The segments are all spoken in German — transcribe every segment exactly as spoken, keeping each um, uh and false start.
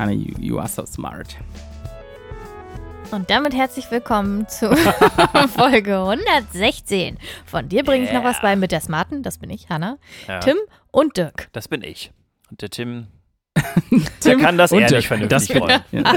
Hanna, you, you are so smart. Und damit herzlich willkommen zu Folge hundertsechzehn. Von dir bringe ich yeah. noch was bei mit der Smarten, das bin ich, Hanna, ja. Tim und Dirk. Das bin ich. Und der Tim, der kann das eher nicht vernünftig rollen. Ja,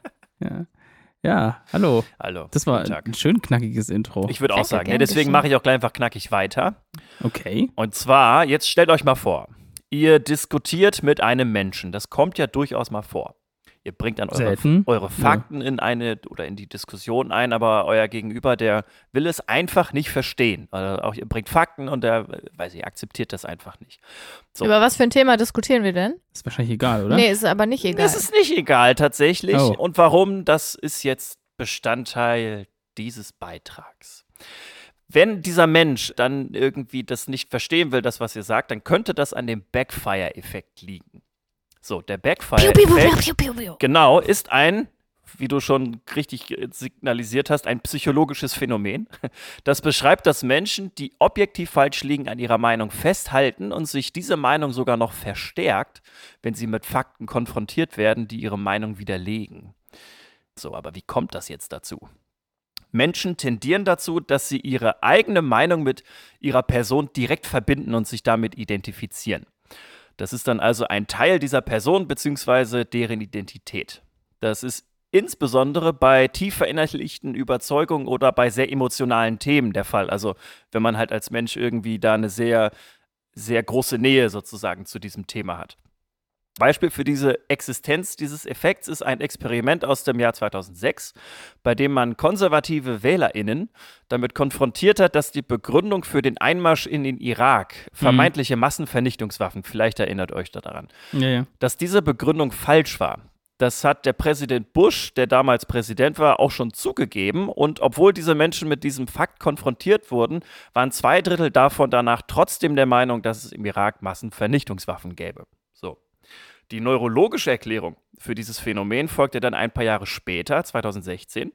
ja. ja, hallo. Hallo. Das war ein schön knackiges Intro. Ich würde auch sagen, ja, deswegen mache ich auch gleich einfach knackig weiter. Okay. Und zwar, jetzt stellt euch mal vor, ihr diskutiert mit einem Menschen. Das kommt ja durchaus mal vor. Ihr bringt dann eure, eure Fakten ja. in eine oder in die Diskussion ein, aber euer Gegenüber, der will es einfach nicht verstehen. Also auch ihr bringt Fakten und der, weiß ich, akzeptiert das einfach nicht. So. Über was für ein Thema diskutieren wir denn? Ist wahrscheinlich egal, oder? Nee, ist aber nicht egal. Das ist nicht egal tatsächlich. Oh. Und warum, das ist jetzt Bestandteil dieses Beitrags. Wenn dieser Mensch dann irgendwie das nicht verstehen will, das, was ihr sagt, dann könnte das an dem Backfire-Effekt liegen. So, der Backfire-Effekt, genau, ist ein, wie du schon richtig signalisiert hast, ein psychologisches Phänomen. Das beschreibt, dass Menschen, die objektiv falsch liegen, an ihrer Meinung festhalten und sich diese Meinung sogar noch verstärkt, wenn sie mit Fakten konfrontiert werden, die ihre Meinung widerlegen. So, aber wie kommt das jetzt dazu? Menschen tendieren dazu, dass sie ihre eigene Meinung mit ihrer Person direkt verbinden und sich damit identifizieren. Das ist dann also ein Teil dieser Person bzw. deren Identität. Das ist insbesondere bei tief verinnerlichten Überzeugungen oder bei sehr emotionalen Themen der Fall. Also wenn man halt als Mensch irgendwie da eine sehr, sehr große Nähe sozusagen zu diesem Thema hat. Beispiel für diese Existenz dieses Effekts ist ein Experiment aus dem Jahr zweitausendsechs, bei dem man konservative WählerInnen damit konfrontiert hat, dass die Begründung für den Einmarsch in den Irak, vermeintliche Massenvernichtungswaffen, vielleicht erinnert euch da daran, ja, ja. dass diese Begründung falsch war. Das hat der Präsident Bush, der damals Präsident war, auch schon zugegeben. Und obwohl diese Menschen mit diesem Fakt konfrontiert wurden, waren zwei Drittel davon danach trotzdem der Meinung, dass es im Irak Massenvernichtungswaffen gäbe. So. Die neurologische Erklärung für dieses Phänomen folgte dann ein paar Jahre später, zweitausendsechzehn.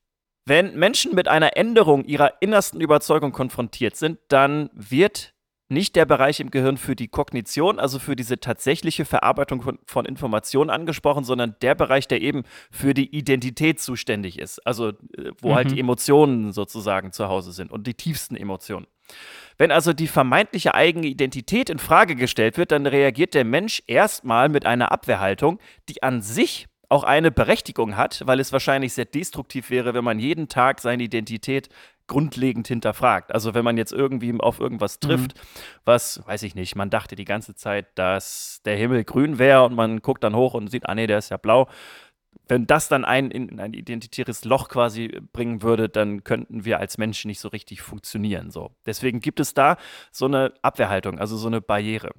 Wenn Menschen mit einer Änderung ihrer innersten Überzeugung konfrontiert sind, dann wird nicht der Bereich im Gehirn für die Kognition, also für diese tatsächliche Verarbeitung von, von Informationen angesprochen, sondern der Bereich, der eben für die Identität zuständig ist, also wo mhm. halt die Emotionen sozusagen zu Hause sind und die tiefsten Emotionen. Wenn also die vermeintliche eigene Identität in Frage gestellt wird, dann reagiert der Mensch erstmal mit einer Abwehrhaltung, die an sich auch eine Berechtigung hat, weil es wahrscheinlich sehr destruktiv wäre, wenn man jeden Tag seine Identität grundlegend hinterfragt. Also wenn man jetzt irgendwie auf irgendwas trifft, mhm. was, weiß ich nicht, man dachte die ganze Zeit, dass der Himmel grün wäre und man guckt dann hoch und sieht, ah nee, der ist ja blau. Wenn das dann ein, in ein identitäres Loch quasi bringen würde, dann könnten wir als Menschen nicht so richtig funktionieren. So. Deswegen gibt es da so eine Abwehrhaltung, also so eine Barriere.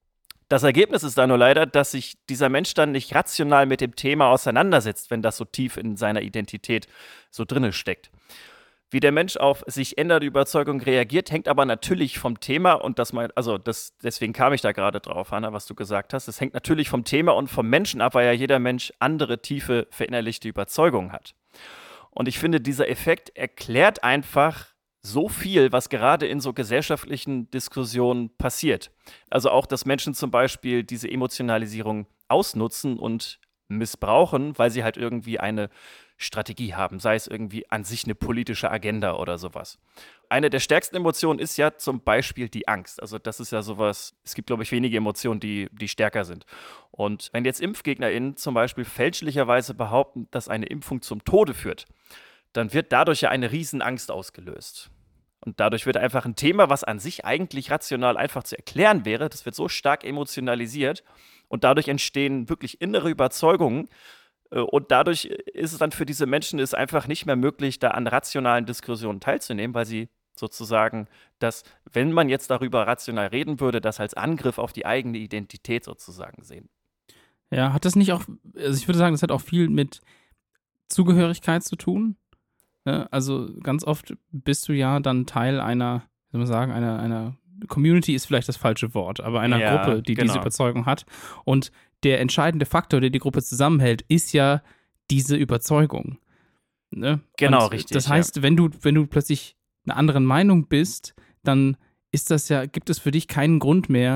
Das Ergebnis ist dann nur leider, dass sich dieser Mensch dann nicht rational mit dem Thema auseinandersetzt, wenn das so tief in seiner Identität so drinne steckt. Wie der Mensch auf sich ändernde Überzeugung reagiert, hängt aber natürlich vom Thema und das mein, also das, deswegen kam ich da gerade drauf, Hanna, was du gesagt hast. Es hängt natürlich vom Thema und vom Menschen ab, weil ja jeder Mensch andere tiefe verinnerlichte Überzeugungen hat. Und ich finde, dieser Effekt erklärt einfach so viel, was gerade in so gesellschaftlichen Diskussionen passiert. Also auch, dass Menschen zum Beispiel diese Emotionalisierung ausnutzen und missbrauchen, weil sie halt irgendwie eine Strategie haben, sei es irgendwie an sich eine politische Agenda oder sowas. Eine der stärksten Emotionen ist ja zum Beispiel die Angst. Also das ist ja sowas, es gibt, glaube ich, wenige Emotionen, die, die stärker sind. Und wenn jetzt ImpfgegnerInnen zum Beispiel fälschlicherweise behaupten, dass eine Impfung zum Tode führt, dann wird dadurch ja eine Riesenangst ausgelöst. Und dadurch wird einfach ein Thema, was an sich eigentlich rational einfach zu erklären wäre, das wird so stark emotionalisiert und dadurch entstehen wirklich innere Überzeugungen. Und dadurch ist es dann für diese Menschen ist einfach nicht mehr möglich, da an rationalen Diskussionen teilzunehmen, weil sie sozusagen, dass, wenn man jetzt darüber rational reden würde, das als Angriff auf die eigene Identität sozusagen sehen. Ja, hat das nicht auch, also ich würde sagen, das hat auch viel mit Zugehörigkeit zu tun. Ja, also ganz oft bist du ja dann Teil einer, wie soll man sagen, einer, einer Community ist vielleicht das falsche Wort, aber einer ja, Gruppe, die genau. diese Überzeugung hat. Und der entscheidende Faktor, der die Gruppe zusammenhält, ist ja diese Überzeugung. Ne? Genau, und richtig. Das heißt, ja. wenn du, wenn du plötzlich einer anderen Meinung bist, dann ist das ja, gibt es für dich keinen Grund mehr,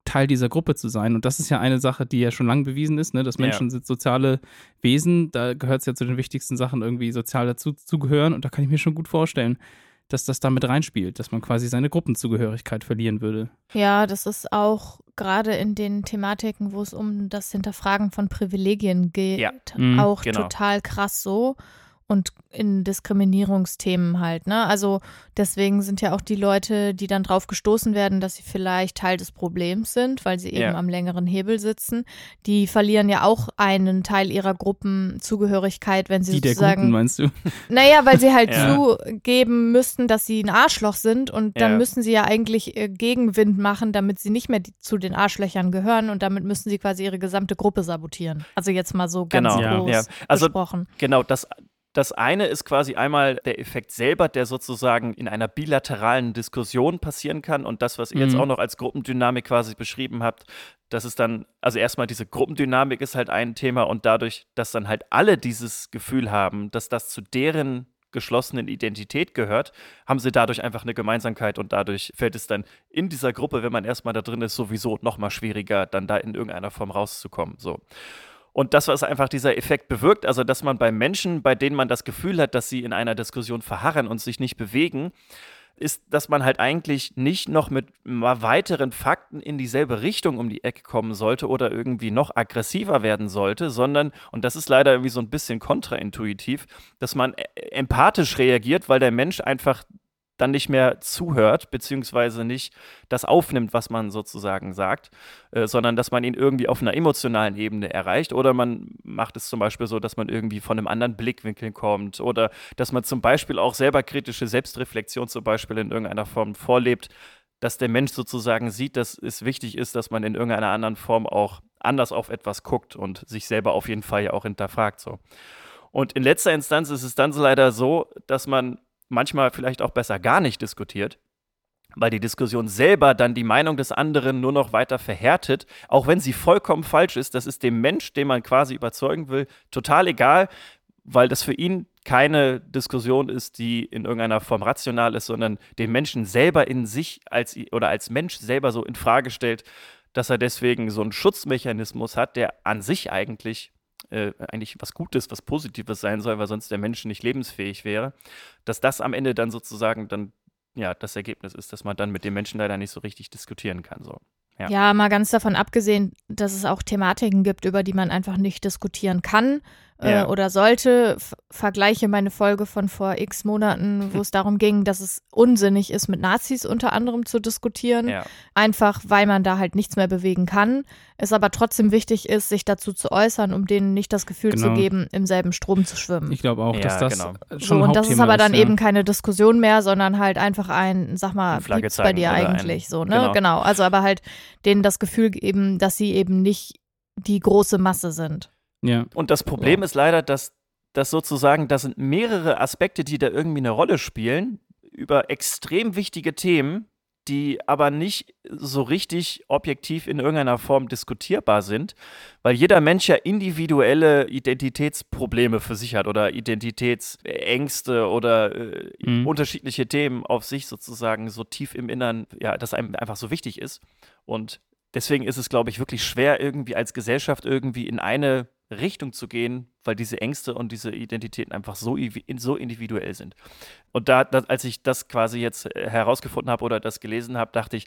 Teil dieser Gruppe zu sein. Und das ist ja eine Sache, die ja schon lange bewiesen ist, ne? Dass Menschen ja. sind soziale Wesen. Da gehört es ja zu den wichtigsten Sachen, irgendwie sozial dazu zu gehören. Und da kann ich mir schon gut vorstellen, dass das damit reinspielt, dass man quasi seine Gruppenzugehörigkeit verlieren würde. Ja, das ist auch gerade in den Thematiken, wo es um das Hinterfragen von Privilegien geht, ja. mhm, auch genau. total krass so. Und in Diskriminierungsthemen halt, ne? Also deswegen sind ja auch die Leute, die dann drauf gestoßen werden, dass sie vielleicht Teil des Problems sind, weil sie eben ja. am längeren Hebel sitzen, die verlieren ja auch einen Teil ihrer Gruppenzugehörigkeit, wenn sie die sozusagen… Die der Guten, meinst du? Naja, weil sie halt ja. zugeben müssten, dass sie ein Arschloch sind und dann ja. müssen sie ja eigentlich äh, Gegenwind machen, damit sie nicht mehr die, zu den Arschlöchern gehören und damit müssen sie quasi ihre gesamte Gruppe sabotieren. Also jetzt mal so ganz genau. groß ja. Also, gesprochen. Genau, das Das eine ist quasi einmal der Effekt selber, der sozusagen in einer bilateralen Diskussion passieren kann. Und das, was ihr mhm. jetzt auch noch als Gruppendynamik quasi beschrieben habt, das ist dann, also erstmal diese Gruppendynamik ist halt ein Thema und dadurch, dass dann halt alle dieses Gefühl haben, dass das zu deren geschlossenen Identität gehört, haben sie dadurch einfach eine Gemeinsamkeit und dadurch fällt es dann in dieser Gruppe, wenn man erstmal da drin ist, sowieso noch mal schwieriger, dann da in irgendeiner Form rauszukommen. So. Und das, was einfach dieser Effekt bewirkt, also dass man bei Menschen, bei denen man das Gefühl hat, dass sie in einer Diskussion verharren und sich nicht bewegen, ist, dass man halt eigentlich nicht noch mit mal weiteren Fakten in dieselbe Richtung um die Ecke kommen sollte oder irgendwie noch aggressiver werden sollte, sondern, und das ist leider irgendwie so ein bisschen kontraintuitiv, dass man empathisch reagiert, weil der Mensch einfach dann nicht mehr zuhört, beziehungsweise nicht das aufnimmt, was man sozusagen sagt, äh, sondern dass man ihn irgendwie auf einer emotionalen Ebene erreicht oder man macht es zum Beispiel so, dass man irgendwie von einem anderen Blickwinkel kommt oder dass man zum Beispiel auch selber kritische Selbstreflexion zum Beispiel in irgendeiner Form vorlebt, dass der Mensch sozusagen sieht, dass es wichtig ist, dass man in irgendeiner anderen Form auch anders auf etwas guckt und sich selber auf jeden Fall ja auch hinterfragt. So. Und in letzter Instanz ist es dann so leider so, dass man manchmal vielleicht auch besser gar nicht diskutiert, weil die Diskussion selber dann die Meinung des anderen nur noch weiter verhärtet, auch wenn sie vollkommen falsch ist. Das ist dem Mensch, den man quasi überzeugen will, total egal, weil das für ihn keine Diskussion ist, die in irgendeiner Form rational ist, sondern den Menschen selber in sich als oder als Mensch selber so in Frage stellt, dass er deswegen so einen Schutzmechanismus hat, der an sich eigentlich Äh, eigentlich was Gutes, was Positives sein soll, weil sonst der Mensch nicht lebensfähig wäre, dass das am Ende dann sozusagen dann, ja, das Ergebnis ist, dass man dann mit dem Menschen leider nicht so richtig diskutieren kann, so. Ja. Ja, mal ganz davon abgesehen, dass es auch Thematiken gibt, über die man einfach nicht diskutieren kann äh, Ja. oder sollte. F- vergleiche meine Folge von vor x Monaten, wo es darum ging, dass es unsinnig ist, mit Nazis unter anderem zu diskutieren. Ja. Einfach, weil man da halt nichts mehr bewegen kann. Es aber trotzdem wichtig ist, sich dazu zu äußern, um denen nicht das Gefühl Genau. zu geben, im selben Strom zu schwimmen. Ich glaube auch, Ja, dass das genau. schon So, ein und das ist Hauptthema aber dann ja. eben keine Diskussion mehr, sondern halt einfach ein, sag mal, Ein piept's bei Flagezeichen dir oder ein- eigentlich so, ne? genau. Genau. Also aber halt denen das Gefühl geben, dass sie eben nicht die große Masse sind. Ja. Und das Problem ist leider, dass das sozusagen, das sind mehrere Aspekte, die da irgendwie eine Rolle spielen, über extrem wichtige Themen, die aber nicht so richtig objektiv in irgendeiner Form diskutierbar sind, weil jeder Mensch ja individuelle Identitätsprobleme für sich hat oder Identitätsängste oder äh, Mhm. unterschiedliche Themen auf sich sozusagen so tief im Innern, ja, dass einem einfach so wichtig ist. Und deswegen ist es, glaube ich, wirklich schwer, irgendwie als Gesellschaft irgendwie in eine Richtung zu gehen, weil diese Ängste und diese Identitäten einfach so, ivi- so individuell sind. Und da, da, als ich das quasi jetzt äh, herausgefunden habe oder das gelesen habe, dachte ich,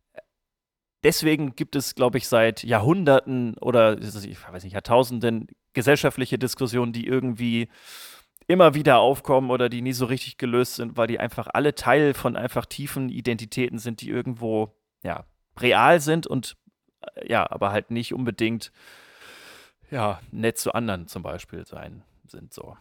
deswegen gibt es, glaube ich, seit Jahrhunderten oder ich weiß nicht, Jahrtausenden gesellschaftliche Diskussionen, die irgendwie immer wieder aufkommen oder die nie so richtig gelöst sind, weil die einfach alle Teil von einfach tiefen Identitäten sind, die irgendwo, ja, real sind und äh, ja, aber halt nicht unbedingt ja, nett zu anderen zum Beispiel sein sind so.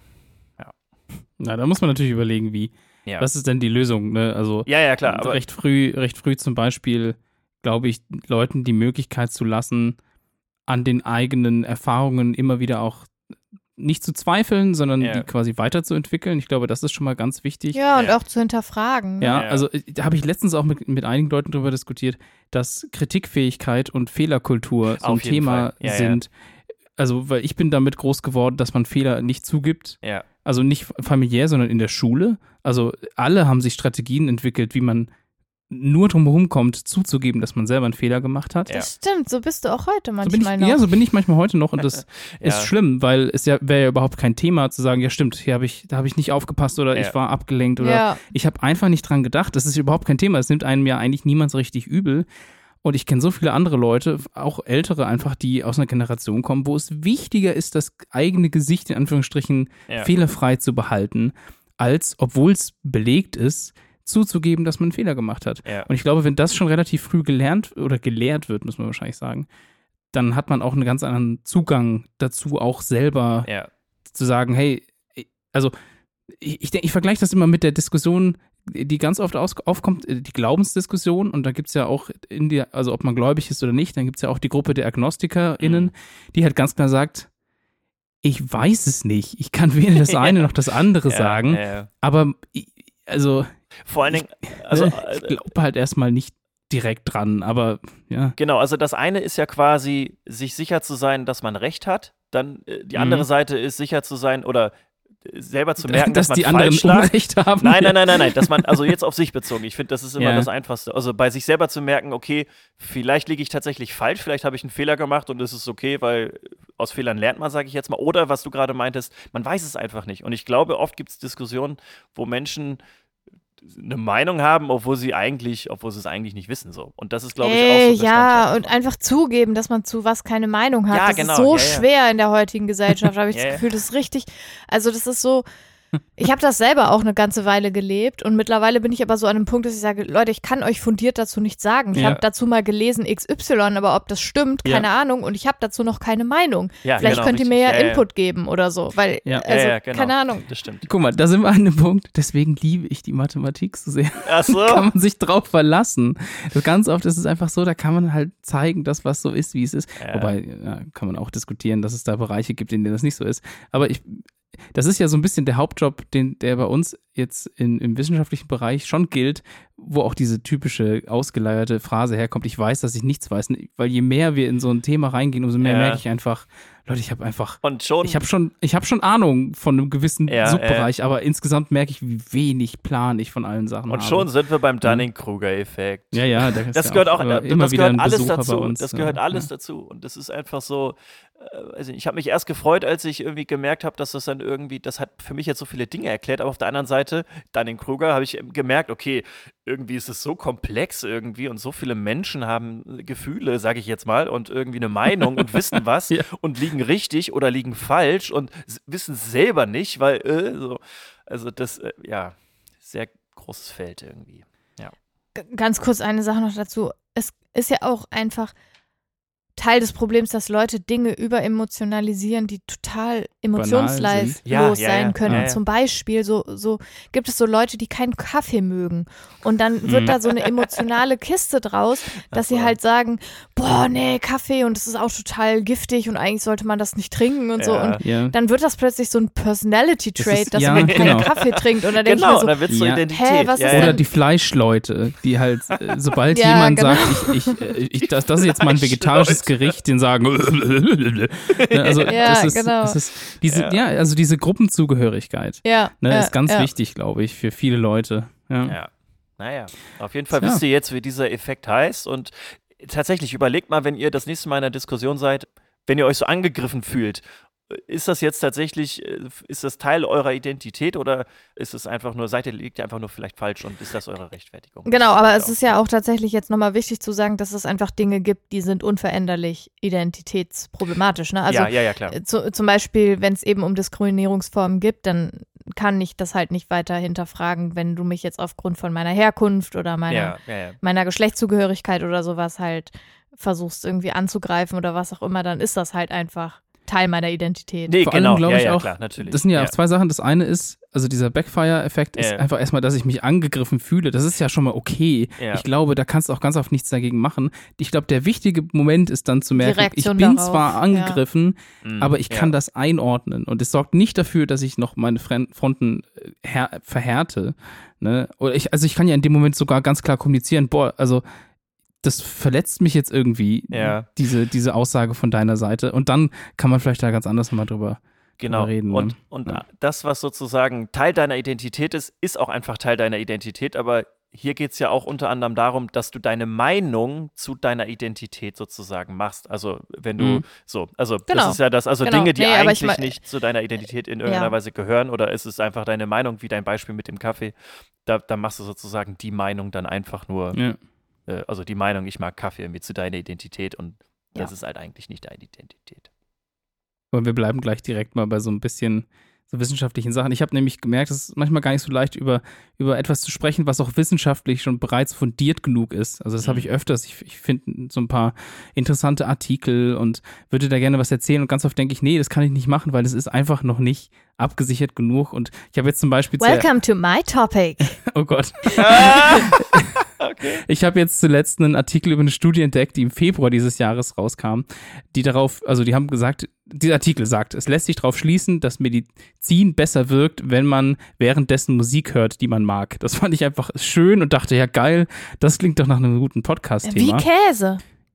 Na, da muss man natürlich überlegen, wie, Ja, was ist denn die Lösung, ne? Also ja, ja klar, aber recht früh, recht früh zum Beispiel, glaube ich, Leuten die Möglichkeit zu lassen, an den eigenen Erfahrungen immer wieder auch nicht zu zweifeln, sondern Ja. die quasi weiterzuentwickeln. Ich glaube, das ist schon mal ganz wichtig. Ja, und Ja. auch zu hinterfragen. Ne? Ja, Ja. also äh, da habe ich letztens auch mit, mit einigen Leuten darüber diskutiert, dass Kritikfähigkeit und Fehlerkultur so ein Auf jeden Thema Fall. Ja, ja. sind. Also, weil ich bin damit groß geworden, dass man Fehler nicht zugibt. ja, Also nicht familiär, sondern in der Schule. Also alle haben sich Strategien entwickelt, wie man nur drum herum kommt, zuzugeben, dass man selber einen Fehler gemacht hat. Ja. Das stimmt, so bist du auch heute manchmal so bin ich, noch. Ja, so bin ich manchmal heute noch und das Ja. ist schlimm, weil es ja wäre ja überhaupt kein Thema zu sagen, ja stimmt, hier habe ich, da habe ich nicht aufgepasst oder Ja. ich war abgelenkt oder Ja. ich habe einfach nicht dran gedacht. Das ist überhaupt kein Thema. Es nimmt einem ja eigentlich niemand so richtig übel. Und ich kenne so viele andere Leute, auch ältere einfach, die aus einer Generation kommen, wo es wichtiger ist, das eigene Gesicht in Anführungsstrichen Ja. fehlerfrei zu behalten, als, obwohl es belegt ist, zuzugeben, dass man einen Fehler gemacht hat. Ja. Und ich glaube, wenn das schon relativ früh gelernt oder gelehrt wird, muss man wahrscheinlich sagen, dann hat man auch einen ganz anderen Zugang dazu, auch selber Ja. zu sagen, hey, also ich, ich, denk, ich vergleiche das immer mit der Diskussion, die ganz oft aus, aufkommt, die Glaubensdiskussion, und da gibt es ja auch, in der, also ob man gläubig ist oder nicht, dann gibt es ja auch die Gruppe der AgnostikerInnen, Mhm. die halt ganz klar sagt, ich weiß es nicht, ich kann weder das eine noch das andere Ja, sagen, ja, ja. aber ich, also Vor allen Dingen, also ne, ich glaube halt erstmal nicht direkt dran, aber ja. genau, also das eine ist ja quasi, sich sicher zu sein, dass man Recht hat. Dann äh, die Mhm. andere Seite ist, sicher zu sein oder äh, selber zu merken, dass, dass man die anderen falsch lag. Unrecht haben. Nein, nein, nein, nein, nein, dass man, also jetzt auf sich bezogen, ich finde, das ist immer Ja. das Einfachste. Also bei sich selber zu merken, okay, vielleicht liege ich tatsächlich falsch, vielleicht habe ich einen Fehler gemacht und es ist okay, weil aus Fehlern lernt man, sage ich jetzt mal. Oder was du gerade meintest, man weiß es einfach nicht. Und ich glaube, oft gibt es Diskussionen, wo Menschen eine Meinung haben, obwohl sie eigentlich, obwohl sie es eigentlich nicht wissen. So. Und das ist, glaube ich, auch Ey, so ja, Bestandteil und davon. einfach zugeben, dass man zu was keine Meinung hat. Ja, das genau, ist so ja, ja. schwer in der heutigen Gesellschaft, habe ich Ja, das ja. Gefühl, das ist richtig, also das ist so, ich habe das selber auch eine ganze Weile gelebt und mittlerweile bin ich aber so an einem Punkt, dass ich sage, Leute, ich kann euch fundiert dazu nichts sagen. Ich Ja. habe dazu mal gelesen X Y, aber ob das stimmt, Ja. keine Ahnung, und ich habe dazu noch keine Meinung. Ja, Vielleicht genau, könnt ihr mir richtig. ja, Ja, ja. Input geben oder so, weil, Ja. also, ja, ja, genau. keine Ahnung. Das stimmt. Guck mal, da sind wir an einem Punkt, deswegen liebe ich die Mathematik so sehr. Ach so. Kann man sich drauf verlassen. Das ganz oft ist es einfach so, da kann man halt zeigen, dass was so ist, wie es ist. Ja. Wobei, ja, kann man auch diskutieren, dass es da Bereiche gibt, in denen das nicht so ist. Aber ich, das ist ja so ein bisschen der Hauptjob, den, der bei uns jetzt in, im wissenschaftlichen Bereich schon gilt, wo auch diese typische ausgeleierte Phrase herkommt, ich weiß, dass ich nichts weiß. Weil je mehr wir in so ein Thema reingehen, umso mehr Ja. merke ich einfach, Leute, ich habe einfach Und schon, ich habe schon, ich hab schon Ahnung von einem gewissen Ja, Subbereich, aber insgesamt merke ich, wie wenig Plan ich von allen Sachen und habe. schon sind wir beim Dunning-Kruger-Effekt. Ja, ja, da ist Das ja gehört auch, äh, das immer wieder gehört ein alles Besucher dazu. bei uns. Das ja, gehört alles ja. dazu. Und das ist einfach so, äh, also ich habe mich erst gefreut, als ich irgendwie gemerkt habe, dass das dann irgendwie, das hat für mich jetzt so viele Dinge erklärt, aber auf der anderen Seite, Dunning-Kruger, habe ich gemerkt, okay, irgendwie ist es so komplex irgendwie und so viele Menschen haben Gefühle, sage ich jetzt mal, und irgendwie eine Meinung und wissen was Ja. und liegen richtig oder liegen falsch und s- wissen es selber nicht, weil, äh, so, also das, äh, ja, sehr großes Feld irgendwie. G- Ganz kurz eine Sache noch dazu. Es ist ja auch einfach Teil des Problems, dass Leute Dinge überemotionalisieren, die total emotionslos sind. Ja, ja, sein ja, können. ja, ja. Zum Beispiel so, so gibt es so Leute, die keinen Kaffee mögen. Und dann wird Mhm. da so eine emotionale Kiste draus, dass sie so. halt sagen, boah, nee, Kaffee und es ist auch total giftig und eigentlich sollte man das nicht trinken und so. Ja. Und Ja. dann wird das plötzlich so ein Personality-Trait, ist- dass ja, man keinen genau. Kaffee trinkt. Und dann denke Genau, ich und mir dann wird es so Ja. Identität. Hä, was ja, ist ja. Oder denn- die Fleischleute, die halt, äh, sobald Ja, jemand genau. sagt, ich, ich, äh, ich, das, das ist jetzt mal ein vegetarisches Gericht, den sagen, ne, also Ja, das ist, genau. das ist diese, Ja. ja. also diese Gruppenzugehörigkeit, ja, ne, ja, ist ganz ja. wichtig, glaube ich, für viele Leute. Ja. Ja, naja. Auf jeden Fall Tja. wisst ihr jetzt, wie dieser Effekt heißt. Und tatsächlich überlegt mal, wenn ihr das nächste Mal in der Diskussion seid, wenn ihr euch so angegriffen fühlt, ist das jetzt tatsächlich, äh, ist das Teil eurer Identität oder ist es einfach nur, seid ihr, liegt ihr einfach nur vielleicht falsch und ist das eure Rechtfertigung? Genau, aber es Genau. ist ja auch tatsächlich jetzt nochmal wichtig zu sagen, dass es einfach Dinge gibt, die sind unveränderlich identitätsproblematisch. Ne? Also ja, ja, ja, klar. äh, zu, zum Beispiel, wenn es eben um Diskriminierungsformen gibt, dann kann ich das halt nicht weiter hinterfragen, wenn du mich jetzt aufgrund von meiner Herkunft oder meiner, Ja, ja, ja. meiner Geschlechtszugehörigkeit oder sowas halt versuchst irgendwie anzugreifen oder was auch immer, dann ist das halt einfach Teil meiner Identität. Nee, Vor genau, allem glaube ja, ich ja, auch, klar, natürlich. das sind ja, ja. auch zwei Sachen. Das eine ist, also dieser Backfire-Effekt ist Ja. einfach erstmal, dass ich mich angegriffen fühle. Das ist ja schon mal okay. Ja. Ich glaube, da kannst du auch ganz oft nichts dagegen machen. Ich glaube, der wichtige Moment ist dann zu merken, ich Reaktion bin darauf, zwar angegriffen, Mhm, aber ich kann ja. das einordnen. Und es sorgt nicht dafür, dass ich noch meine Fren- Fronten äh, her- verhärte. Ne? Oder ich, also ich kann ja in dem Moment sogar ganz klar kommunizieren, boah, also das verletzt mich jetzt irgendwie, Ja. diese, diese Aussage von deiner Seite. Und dann kann man vielleicht da ganz anders mal drüber Genau. reden. Ne? Und, und Ja. das, was sozusagen Teil deiner Identität ist, ist auch einfach Teil deiner Identität, aber hier geht es ja auch unter anderem darum, dass du deine Meinung zu deiner Identität sozusagen machst. Also wenn du Mhm. so, also Genau. das ist ja das, also Genau. Dinge, die Nee, aber ich eigentlich mein- nicht zu deiner Identität in irgendeiner Ja. Weise gehören, oder ist es einfach deine Meinung, wie dein Beispiel mit dem Kaffee, da, da machst du sozusagen die Meinung dann einfach nur, Ja. äh, also die Meinung, ich mag Kaffee, mit zu deiner Identität, und das Ja. ist halt eigentlich nicht deine Identität. Und wir bleiben gleich direkt mal bei so ein bisschen so wissenschaftlichen Sachen. Ich habe nämlich gemerkt, es ist manchmal gar nicht so leicht, über, über etwas zu sprechen, was auch wissenschaftlich schon bereits fundiert genug ist. Also das habe ich öfters. Ich, ich finde so ein paar interessante Artikel und würde da gerne was erzählen. Und ganz oft denke ich, nee, das kann ich nicht machen, weil es ist einfach noch nicht abgesichert genug. Und ich habe jetzt zum Beispiel zu- Welcome to my topic. oh Gott. Okay. Ich habe jetzt zuletzt einen Artikel über eine Studie entdeckt, die im Februar dieses Jahres rauskam, die darauf, also die haben gesagt, dieser Artikel sagt, es lässt sich darauf schließen, dass Medizin besser wirkt, wenn man währenddessen Musik hört, die man mag. Das fand ich einfach schön und dachte, ja geil, das klingt doch nach einem guten Wie Podcast-Thema. Käse.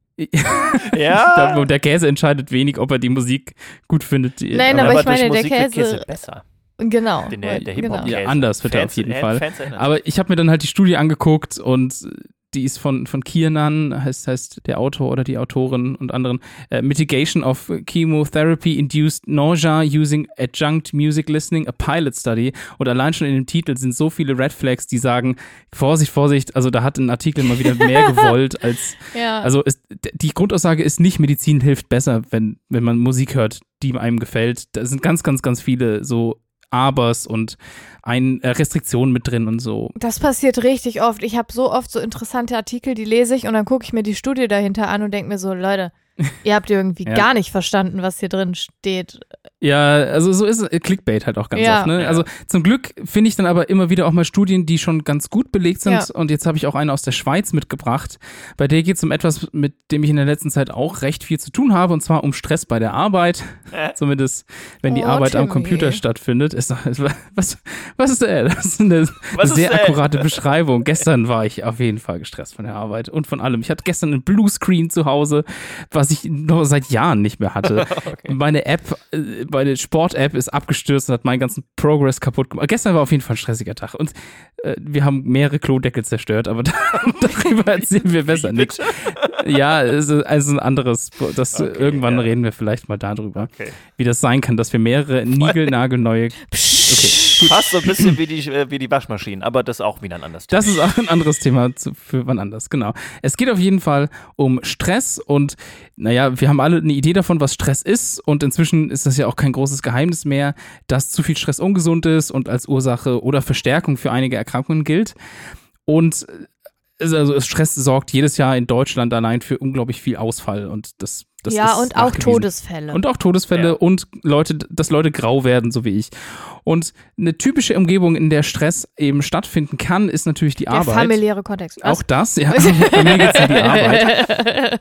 Ja. Der, der Käse entscheidet wenig, ob er die Musik gut findet. Die, Nein, Ja, aber ich durch meine, der Musik wird Käse- besser. Genau. Den, der, der genau. Hip-Hop-Käse. Ja, anders wird er Fans- auf jeden äh, Fall. Fans erinnern sich. Aber ich habe mir dann halt die Studie angeguckt und die ist von, von Kiernan, heißt, heißt der Autor oder die Autorin und anderen, äh, Mitigation of Chemotherapy-Induced Nausea Using Adjunct Music Listening, a Pilot Study. Und allein schon in dem Titel sind so viele Red Flags, die sagen, Vorsicht, Vorsicht, also da hat ein Artikel mal wieder mehr gewollt als, Ja. also ist, die Grundaussage ist nicht, Medizin hilft besser, wenn, wenn man Musik hört, die einem gefällt. Da sind ganz, ganz, ganz viele so Abers und ein, äh, Restriktionen mit drin und so. Das passiert richtig oft. Ich habe so oft so interessante Artikel, die lese ich und dann gucke ich mir die Studie dahinter an und denke mir so, Leute, ihr habt irgendwie Ja. gar nicht verstanden, was hier drin steht. Ja, also so ist es, Clickbait halt auch ganz Ja. oft. Ne? Ja. Also zum Glück finde ich dann aber immer wieder auch mal Studien, die schon ganz gut belegt sind. Ja. Und jetzt habe ich auch eine aus der Schweiz mitgebracht. Bei der geht es um etwas, mit dem ich in der letzten Zeit auch recht viel zu tun habe, und zwar um Stress bei der Arbeit. Äh. Zumindest, wenn die Oh, Arbeit am Timmy. Computer stattfindet. Ist, was, was ist äh, das? ist eine, Was eine ist sehr äh? akkurate Beschreibung. Gestern war ich auf jeden Fall gestresst von der Arbeit und von allem. Ich hatte gestern einen Bluescreen zu Hause, was ich noch seit Jahren nicht mehr hatte. Okay. Meine App, äh, meine Sport-App ist abgestürzt und hat meinen ganzen Progress kaputt gemacht. Gestern war auf jeden Fall ein stressiger Tag und äh, wir haben mehrere Klodeckel zerstört, aber da, darüber erzählen wir besser nichts. Ja, es ist also ein anderes, das Okay, irgendwann ja. reden wir vielleicht mal darüber, Okay. wie das sein kann, dass wir mehrere niegelnagelneue. Okay, Fast so ein bisschen wie die, äh, wie die Waschmaschinen, aber das ist auch wieder ein anderes Thema. das ist auch ein anderes Thema zu, für wann anders, genau. Es geht auf jeden Fall um Stress und naja, wir haben alle eine Idee davon, was Stress ist, und inzwischen ist das ja auch kein großes Geheimnis mehr, dass zu viel Stress ungesund ist und als Ursache oder Verstärkung für einige Erkrankungen gilt. Und also Stress sorgt jedes Jahr in Deutschland allein für unglaublich viel Ausfall, und das, das ja, ist und auch nachgewiesen. Todesfälle. Und auch Todesfälle Ja. und Leute, dass Leute grau werden, so wie ich. Und eine typische Umgebung, in der Stress eben stattfinden kann, ist natürlich die der Arbeit. familiäre Kontext. Auch das, ja. Bei mir geht's um die Arbeit.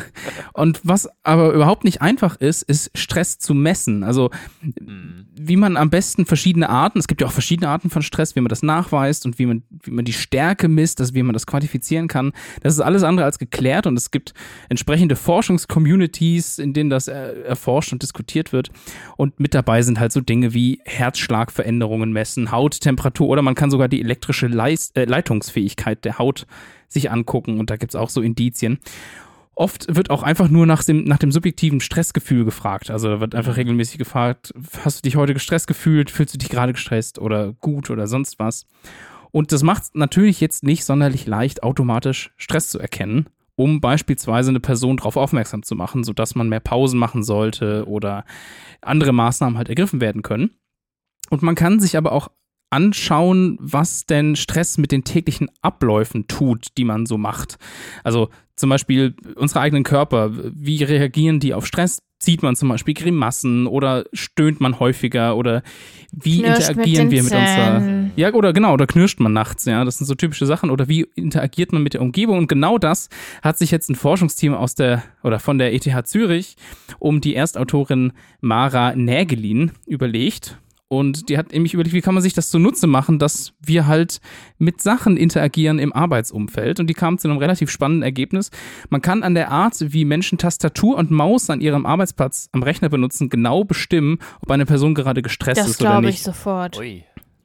Und was aber überhaupt nicht einfach ist, ist Stress zu messen. Also Mhm. wie man am besten verschiedene Arten, es gibt ja auch verschiedene Arten von Stress, wie man das nachweist und wie man, wie man die Stärke misst, also wie man das quantifizieren kann. Das ist alles andere als geklärt, und es gibt entsprechende Forschungscommunities, in denen das äh, erforscht und diskutiert wird. Und mit dabei sind halt so Dinge wie Herzschlagveränderungen messen, Hauttemperatur, oder man kann sogar die elektrische Leist äh, Leitungsfähigkeit der Haut sich angucken, und da gibt es auch so Indizien. Oft wird auch einfach nur nach dem, nach dem subjektiven Stressgefühl gefragt. Also da wird einfach regelmäßig gefragt, hast du dich heute gestresst gefühlt, fühlst du dich gerade gestresst oder gut oder sonst was. Und das macht es natürlich jetzt nicht sonderlich leicht, automatisch Stress zu erkennen, um beispielsweise eine Person darauf aufmerksam zu machen, sodass man mehr Pausen machen sollte oder andere Maßnahmen halt ergriffen werden können. Und man kann sich aber auch anschauen, was denn Stress mit den täglichen Abläufen tut, die man so macht. Also zum Beispiel unsere eigenen Körper, wie reagieren die auf Stress? Zieht man zum Beispiel Grimassen oder stöhnt man häufiger oder wie Knirscht interagieren mit wir den mit unserer... Zähnen. Ja, oder genau, oder knirscht man nachts, ja, das sind so typische Sachen. Oder wie interagiert man mit der Umgebung? Und genau das hat sich jetzt ein Forschungsteam aus der, oder von der E T H Zürich um die Erstautorin Mara Nägelin überlegt. Und die hat nämlich überlegt, wie kann man sich das zunutze machen, dass wir halt mit Sachen interagieren im Arbeitsumfeld. Und die kam zu einem relativ spannenden Ergebnis. Man kann an der Art, wie Menschen Tastatur und Maus an ihrem Arbeitsplatz am Rechner benutzen, genau bestimmen, ob eine Person gerade gestresst Das ist oder glaube nicht. ich sofort. Ui.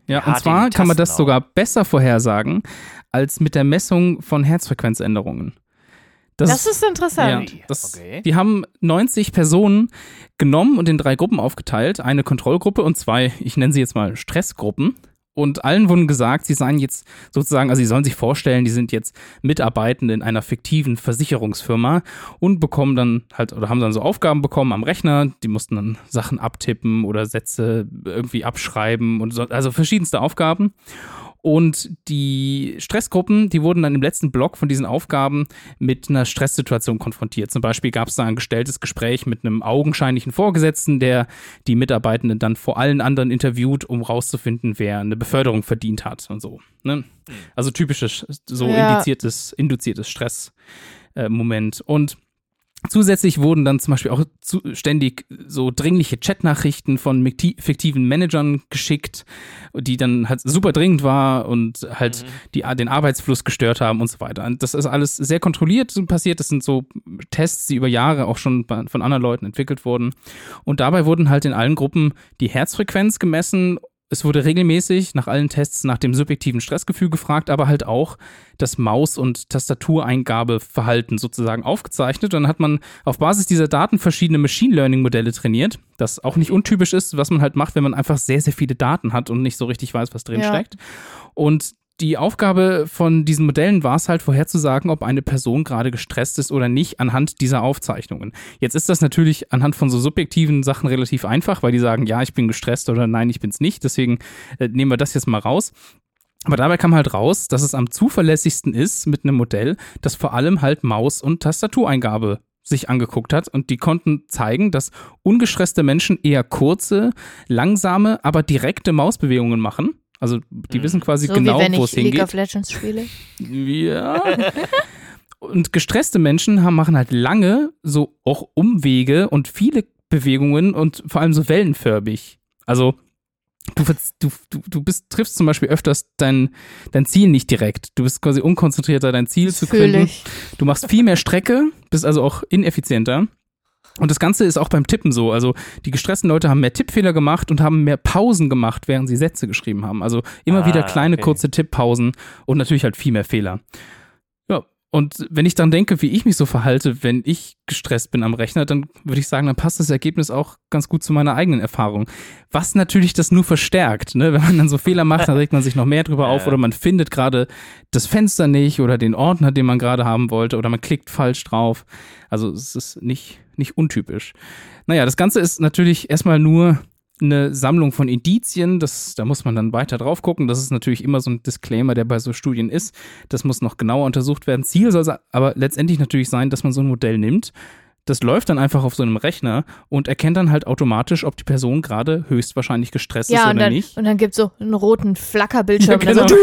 Ja, Ja, und zwar den kann man das Tasten sogar besser vorhersagen als mit der Messung von Herzfrequenzänderungen. Das, Das ist interessant. Ja, das, Okay. Die haben neunzig Personen genommen und in drei Gruppen aufgeteilt. Eine Kontrollgruppe und zwei, ich nenne sie jetzt mal Stressgruppen. Und allen wurden gesagt, sie seien jetzt sozusagen, also sie sollen sich vorstellen, die sind jetzt Mitarbeitende in einer fiktiven Versicherungsfirma und bekommen dann halt, oder haben dann so Aufgaben bekommen am Rechner, die mussten dann Sachen abtippen oder Sätze irgendwie abschreiben und so, also verschiedenste Aufgaben. Und die Stressgruppen, die wurden dann im letzten Block von diesen Aufgaben mit einer Stresssituation konfrontiert. Zum Beispiel gab es da ein gestelltes Gespräch mit einem augenscheinlichen Vorgesetzten, der die Mitarbeitenden dann vor allen anderen interviewt, um rauszufinden, wer eine Beförderung verdient hat und so. Ne? Also typisches, so Ja. indiziertes, induziertes Stressmoment. Und zusätzlich wurden dann zum Beispiel auch zu, ständig so dringliche Chatnachrichten von mikti- fiktiven Managern geschickt, die dann halt super dringend war und halt Mhm. die, den Arbeitsfluss gestört haben und so weiter. Und das ist alles sehr kontrolliert so passiert. Das sind so Tests, die über Jahre auch schon bei, von anderen Leuten entwickelt wurden. Und dabei wurden halt in allen Gruppen die Herzfrequenz gemessen. Es wurde regelmäßig nach allen Tests nach dem subjektiven Stressgefühl gefragt, aber halt auch das Maus- und Tastatureingabeverhalten sozusagen aufgezeichnet. Und dann hat man auf Basis dieser Daten verschiedene Machine-Learning-Modelle trainiert, das auch nicht untypisch ist, was man halt macht, wenn man einfach sehr, sehr viele Daten hat und nicht so richtig weiß, was drin Ja. steckt. Und die Aufgabe von diesen Modellen war es halt vorherzusagen, ob eine Person gerade gestresst ist oder nicht anhand dieser Aufzeichnungen. Jetzt ist das natürlich anhand von so subjektiven Sachen relativ einfach, weil die sagen, ja, ich bin gestresst oder nein, ich bin's nicht. Deswegen äh, nehmen wir das jetzt mal raus. Aber dabei kam halt raus, dass es am zuverlässigsten ist mit einem Modell, das vor allem halt Maus- und Tastatureingabe sich angeguckt hat und die konnten zeigen, dass ungestresste Menschen eher kurze, langsame, aber direkte Mausbewegungen machen. Also die wissen quasi So genau, wie wenn wo ich es League hingeht. of Legends spiele. Ja. Und gestresste Menschen haben, machen halt lange so auch Umwege und viele Bewegungen und vor allem so wellenförmig. Also du, verz- du, du, du bist, triffst zum Beispiel öfters dein, dein Ziel nicht direkt. Du bist quasi unkonzentrierter, dein Ziel zu Fühl finden. ich. Du machst viel mehr Strecke, bist also auch ineffizienter. Und das Ganze ist auch beim Tippen so. Also die gestressten Leute haben mehr Tippfehler gemacht und haben mehr Pausen gemacht, während sie Sätze geschrieben haben. Also immer Ah, wieder kleine, okay. kurze Tipppausen und natürlich halt viel mehr Fehler. Ja, und wenn ich dann denke, wie ich mich so verhalte, wenn ich gestresst bin am Rechner, dann würde ich sagen, dann passt das Ergebnis auch ganz gut zu meiner eigenen Erfahrung. Was natürlich das nur verstärkt, ne? Wenn man dann so Fehler macht, dann regt man sich noch mehr drüber auf Ja. oder man findet gerade das Fenster nicht oder den Ordner, den man gerade haben wollte oder man klickt falsch drauf. Also es ist nicht, nicht untypisch. Naja, das Ganze ist natürlich erstmal nur eine Sammlung von Indizien, das, da muss man dann weiter drauf gucken. Das ist natürlich immer so ein Disclaimer, der bei so Studien ist. Das muss noch genauer untersucht werden. Ziel soll aber letztendlich natürlich sein, dass man so ein Modell nimmt. Das läuft dann einfach auf so einem Rechner und erkennt dann halt automatisch, ob die Person gerade höchstwahrscheinlich gestresst ist Ja, oder und dann, nicht. und dann gibt es so einen roten Flackerbildschirm. Ja, und, dann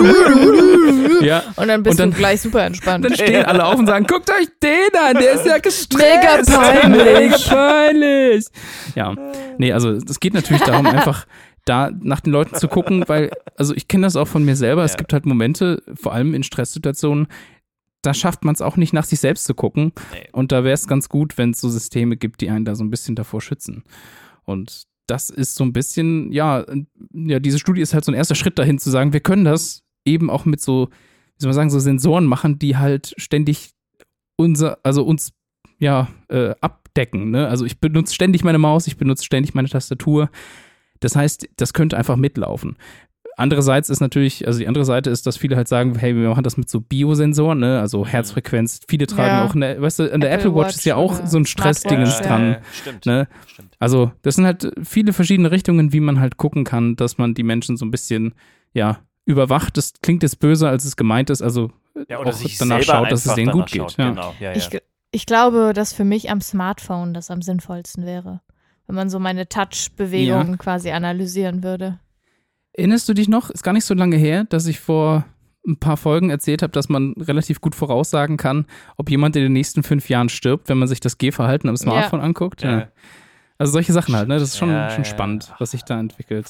genau. so, Ja. und dann bist Und dann- du gleich super entspannt. Dann stehen alle auf und sagen, guckt euch den an, der ist ja gestresst. Mega peinlich. Mega peinlich. Ja, nee, also es geht natürlich darum, einfach da nach den Leuten zu gucken, weil, also ich kenne das auch von mir selber, es Ja. gibt halt Momente, vor allem in Stresssituationen, da schafft man es auch nicht, nach sich selbst zu gucken. Nee. Und da wäre es ganz gut, wenn es so Systeme gibt, die einen da so ein bisschen davor schützen. Und das ist so ein bisschen, ja, ja, diese Studie ist halt so ein erster Schritt dahin zu sagen, wir können das eben auch mit so, wie soll man sagen, so Sensoren machen, die halt ständig unser, also uns, ja, äh, abdecken. Ne? Also ich benutze ständig meine Maus, ich benutze ständig meine Tastatur. Das heißt, das könnte einfach mitlaufen. Andererseits ist natürlich, also die andere Seite ist, dass viele halt sagen, hey, wir machen das mit so Biosensoren, ne? Also Herzfrequenz. Viele tragen Ja. auch, eine, weißt du, an der Apple, Apple Watch Watch ist ja auch oder so ein Stressdingens Smartwatch, dran. Ja, stimmt. Ne? stimmt. Also das sind halt viele verschiedene Richtungen, wie man halt gucken kann, dass man die Menschen so ein bisschen, ja, überwacht. Das klingt jetzt böser, als es gemeint ist. Also Ja, oder auch sich danach selber schaut, dass es einfach denen gut danach geht. schaut. Ja. Genau. Ja, ja. Ich, ich glaube, dass für mich am Smartphone das am sinnvollsten wäre. Wenn man so meine Touch-Bewegungen quasi analysieren würde. Erinnerst du dich noch, ist gar nicht so lange her, dass ich vor ein paar Folgen erzählt habe, dass man relativ gut voraussagen kann, ob jemand in den nächsten fünf Jahren stirbt, wenn man sich das Gehverhalten am Smartphone anguckt? Ja. Ja. Also solche Sachen halt, ne? Das ist schon, Ja, schon ja, spannend, ja. was sich da entwickelt.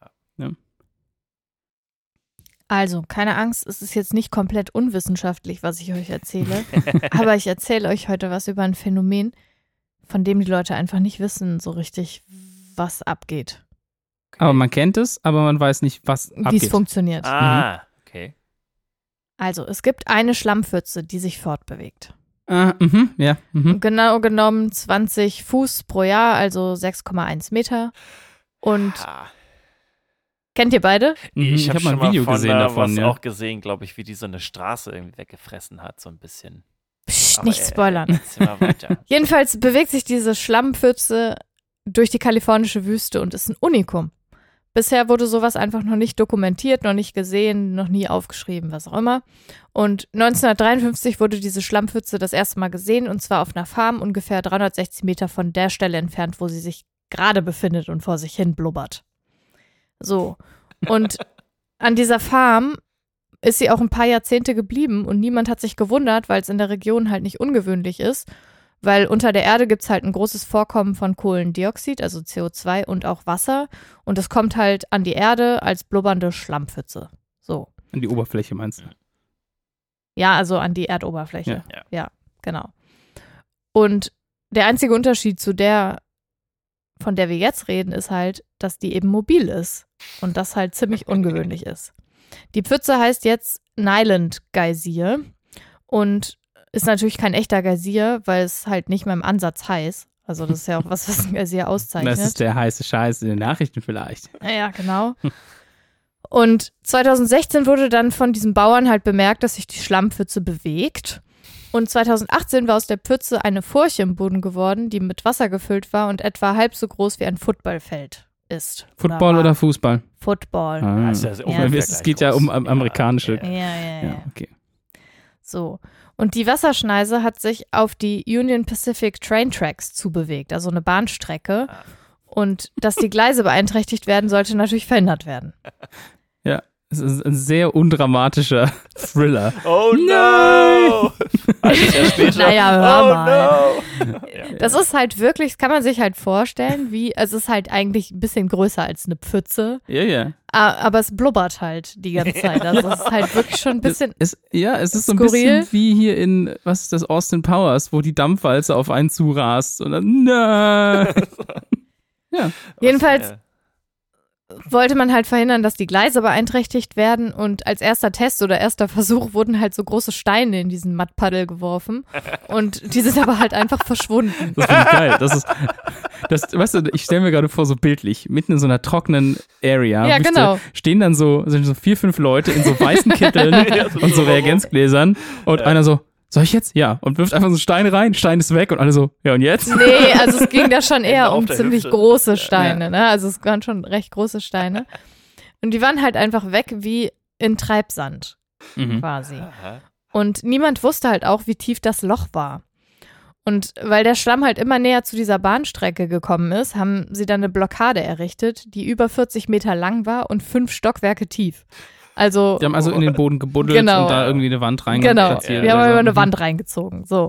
Also, keine Angst, es ist jetzt nicht komplett unwissenschaftlich, was ich euch erzähle. Aber ich erzähle euch heute was über ein Phänomen, von dem die Leute einfach nicht wissen so richtig, was abgeht. Aber man kennt es, aber man weiß nicht, was abgeht. Wie es funktioniert. Ah, okay. Also, es gibt eine Schlammpfütze, die sich fortbewegt. Ah, mhm, ja. Mhm. Genau genommen zwanzig Fuß pro Jahr, also sechs Komma eins Meter. Und Ah. kennt ihr beide? Mhm, Ich habe hab mal schon ein Video mal von, gesehen äh, davon, was ja. auch gesehen, glaube ich, wie die so eine Straße irgendwie weggefressen hat, so ein bisschen. Psst, Aber, nicht äh, spoilern. erzähl mal weiter. Jedenfalls bewegt sich diese Schlammpfütze durch die kalifornische Wüste und ist ein Unikum. Bisher wurde sowas einfach noch nicht dokumentiert, noch nicht gesehen, noch nie aufgeschrieben, was auch immer. Und neunzehnhundertdreiundfünfzig wurde diese Schlammpfütze das erste Mal gesehen, und zwar auf einer Farm ungefähr dreihundertsechzig Meter von der Stelle entfernt, wo sie sich gerade befindet und vor sich hin blubbert. So. Und an dieser Farm ist sie auch ein paar Jahrzehnte geblieben und niemand hat sich gewundert, weil es in der Region halt nicht ungewöhnlich ist, weil unter der Erde gibt es halt ein großes Vorkommen von Kohlendioxid, also C O zwei, und auch Wasser, und es kommt halt an die Erde als blubbernde Schlammpfütze. So. An die Oberfläche meinst du? Ja, also an die Erdoberfläche. Ja. Ja, genau. Und der einzige Unterschied zu der, von der wir jetzt reden, ist halt, dass die eben mobil ist und das halt ziemlich ungewöhnlich ist. Die Pfütze heißt jetzt Nyland Geysir und ist natürlich kein echter Geysir, weil es halt nicht mehr im Ansatz heiß. Also das ist ja auch was, was ein Geysir auszeichnet. Das ist der heiße Scheiß in den Nachrichten vielleicht. Ja, genau. Und zweitausendsechzehn wurde dann von diesem Bauern halt bemerkt, dass sich die Schlammpfütze bewegt. Und zweitausendachtzehn war aus der Pfütze eine Furche im Boden geworden, die mit Wasser gefüllt war und etwa halb so groß wie ein Footballfeld ist. Football oder, oder Fußball? Football. Ah. Das ist ja so Ja. ungefähr Es gleich geht ja groß. um am- amerikanische. Ja, ja, ja. Ja, okay. So. Und die Wasserschneise hat sich auf die Union Pacific Train Tracks zubewegt, also eine Bahnstrecke. Ah. Und dass die Gleise beeinträchtigt werden, sollte natürlich verhindert werden. Ja, es ist ein sehr undramatischer Thriller. Oh no! Ein Jahr später. Naja, hör oh mal. no! Das ist halt wirklich, das kann man sich halt vorstellen, wie, also es ist halt eigentlich ein bisschen größer als eine Pfütze, Ja, ja. a- aber es blubbert halt die ganze Zeit. Also es ist halt wirklich schon ein bisschen, Es, ja, es ist so ein skurril. bisschen wie hier in, was ist das, Austin Powers, wo die Dampfwalze auf einen zurast und dann, na. Ja. jedenfalls Ja. wollte man halt verhindern, dass die Gleise beeinträchtigt werden, und als erster Test oder erster Versuch wurden halt so große Steine in diesen Mattpaddel geworfen und die sind aber halt einfach verschwunden. Das finde ich geil. Das ist, das, weißt du, ich stelle mir gerade vor, so bildlich, mitten in so einer trockenen Area, Ja, Wüste, genau. stehen dann so, sind so vier, fünf Leute in so weißen Kitteln Ja, so und so so. Reagenzgläsern und einer so, soll ich jetzt? Ja. Und wirft einfach so einen Stein rein, Stein ist weg und alle so, ja und jetzt? Nee, also es ging da schon Ende eher auf um der ziemlich Hüfte. große Steine, ne? Also es waren schon recht große Steine. Und die waren halt einfach weg wie in Treibsand Mhm. quasi. Aha. Und niemand wusste halt auch, wie tief das Loch war. Und weil der Schlamm halt immer näher zu dieser Bahnstrecke gekommen ist, haben sie dann eine Blockade errichtet, die über vierzig Meter lang war und fünf Stockwerke tief. Also, Die haben also in den Boden gebuddelt Genau. und da irgendwie eine Wand genau, reingeplatziert. wir haben oder so. über eine Mhm. Wand reingezogen, so.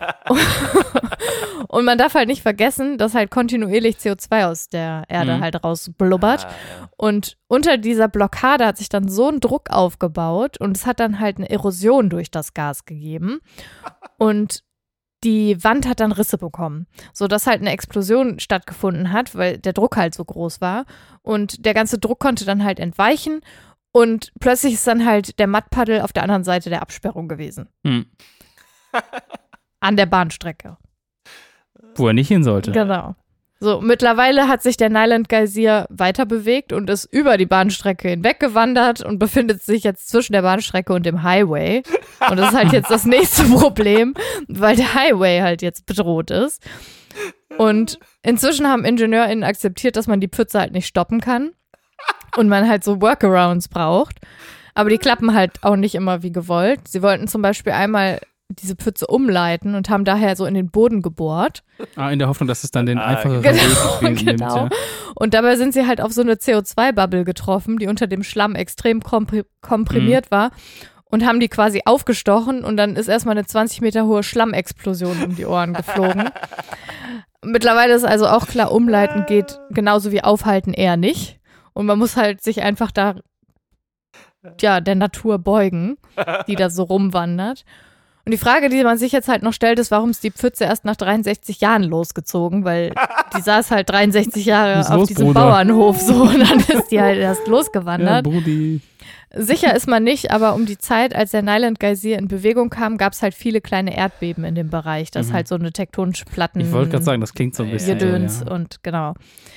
Und man darf halt nicht vergessen, dass halt kontinuierlich C O zwei aus der Erde Mhm. halt rausblubbert. Ah, ja. Und unter dieser Blockade hat sich dann so ein Druck aufgebaut und es hat dann halt eine Erosion durch das Gas gegeben. Und die Wand hat dann Risse bekommen, sodass halt eine Explosion stattgefunden hat, weil der Druck halt so groß war. Und der ganze Druck konnte dann halt entweichen und plötzlich ist dann halt der Mattpaddel auf der anderen Seite der Absperrung gewesen. Hm. An der Bahnstrecke. Wo er nicht hin sollte. Genau. So, mittlerweile hat sich der Nyland Geysir weiter bewegt und ist über die Bahnstrecke hinweg gewandert und befindet sich jetzt zwischen der Bahnstrecke und dem Highway. Und das ist halt jetzt das nächste Problem, weil der Highway halt jetzt bedroht ist. Und inzwischen haben IngenieurInnen akzeptiert, dass man die Pfütze halt nicht stoppen kann und man halt so Workarounds braucht. Aber die klappen halt auch nicht immer wie gewollt. Sie wollten zum Beispiel einmal diese Pfütze umleiten und haben daher so in den Boden gebohrt. Ah, in der Hoffnung, dass es dann den Ah, einfacheren genau, Weg nimmt, genau. ja. Und dabei sind sie halt auf so eine C O zwei Bubble getroffen, die unter dem Schlamm extrem kompri- komprimiert war, und haben die quasi aufgestochen und dann ist erstmal eine zwanzig Meter hohe Schlammexplosion um die Ohren geflogen. Mittlerweile ist also auch klar, umleiten geht genauso wie aufhalten eher nicht. Und man muss halt sich einfach da, ja, der Natur beugen, die da so rumwandert. Und die Frage, die man sich jetzt halt noch stellt, ist, warum ist die Pfütze erst nach dreiundsechzig Jahren losgezogen? Weil die saß halt dreiundsechzig Jahre auf los, diesem Bruder. Bauernhof so und dann ist die halt erst losgewandert. Ja, Brudi. Sicher ist man nicht, aber um die Zeit, als der Nyland-Geysir in Bewegung kam, gab es halt viele kleine Erdbeben in dem Bereich. Das ist Mhm. halt so eine tektonische Platten. Ich wollte gerade sagen, das klingt so ein bisschen. Gedöns so, ja. und genau.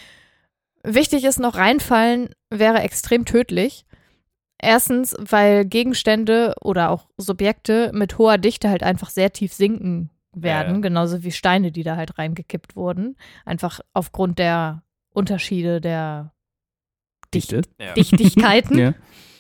Wichtig ist noch, reinfallen wäre extrem tödlich. Erstens, weil Gegenstände oder auch Subjekte mit hoher Dichte halt einfach sehr tief sinken werden, Ja, ja. genauso wie Steine, die da halt reingekippt wurden. Einfach aufgrund der Unterschiede der Dichte. Ja. Dichtigkeiten. Ja.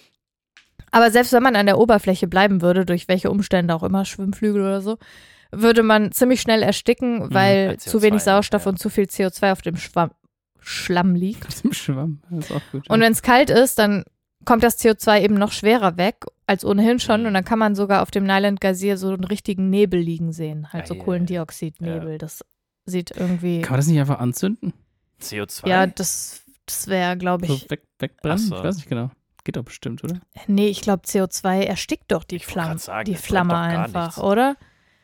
Aber selbst wenn man an der Oberfläche bleiben würde, durch welche Umstände auch immer, Schwimmflügel oder so, würde man ziemlich schnell ersticken, weil Ja, zu wenig C O zwei, Sauerstoff ja. und zu viel C O zwei auf dem Schwamm, Schlamm liegt. Aus dem Schwamm. Das ist auch gut. Und ja. wenn es kalt ist, dann kommt das C O zwei eben noch schwerer weg als ohnehin schon. Mhm. Und dann kann man sogar auf dem Nyland-Geysir so einen richtigen Nebel liegen sehen. Halt Ja, so ja, ja. Kohlendioxidnebel. Das sieht irgendwie. Kann man das nicht einfach anzünden? C O zwei? Ja, das, das wäre, glaube So ich. weg, wegbrennen? Ach so. Ich weiß nicht genau. Geht doch bestimmt, oder? Nee, ich glaube, C O zwei erstickt doch die, Ich wollte Flamme, grad sagen, die das brennt Flamme doch gar einfach, nichts. oder?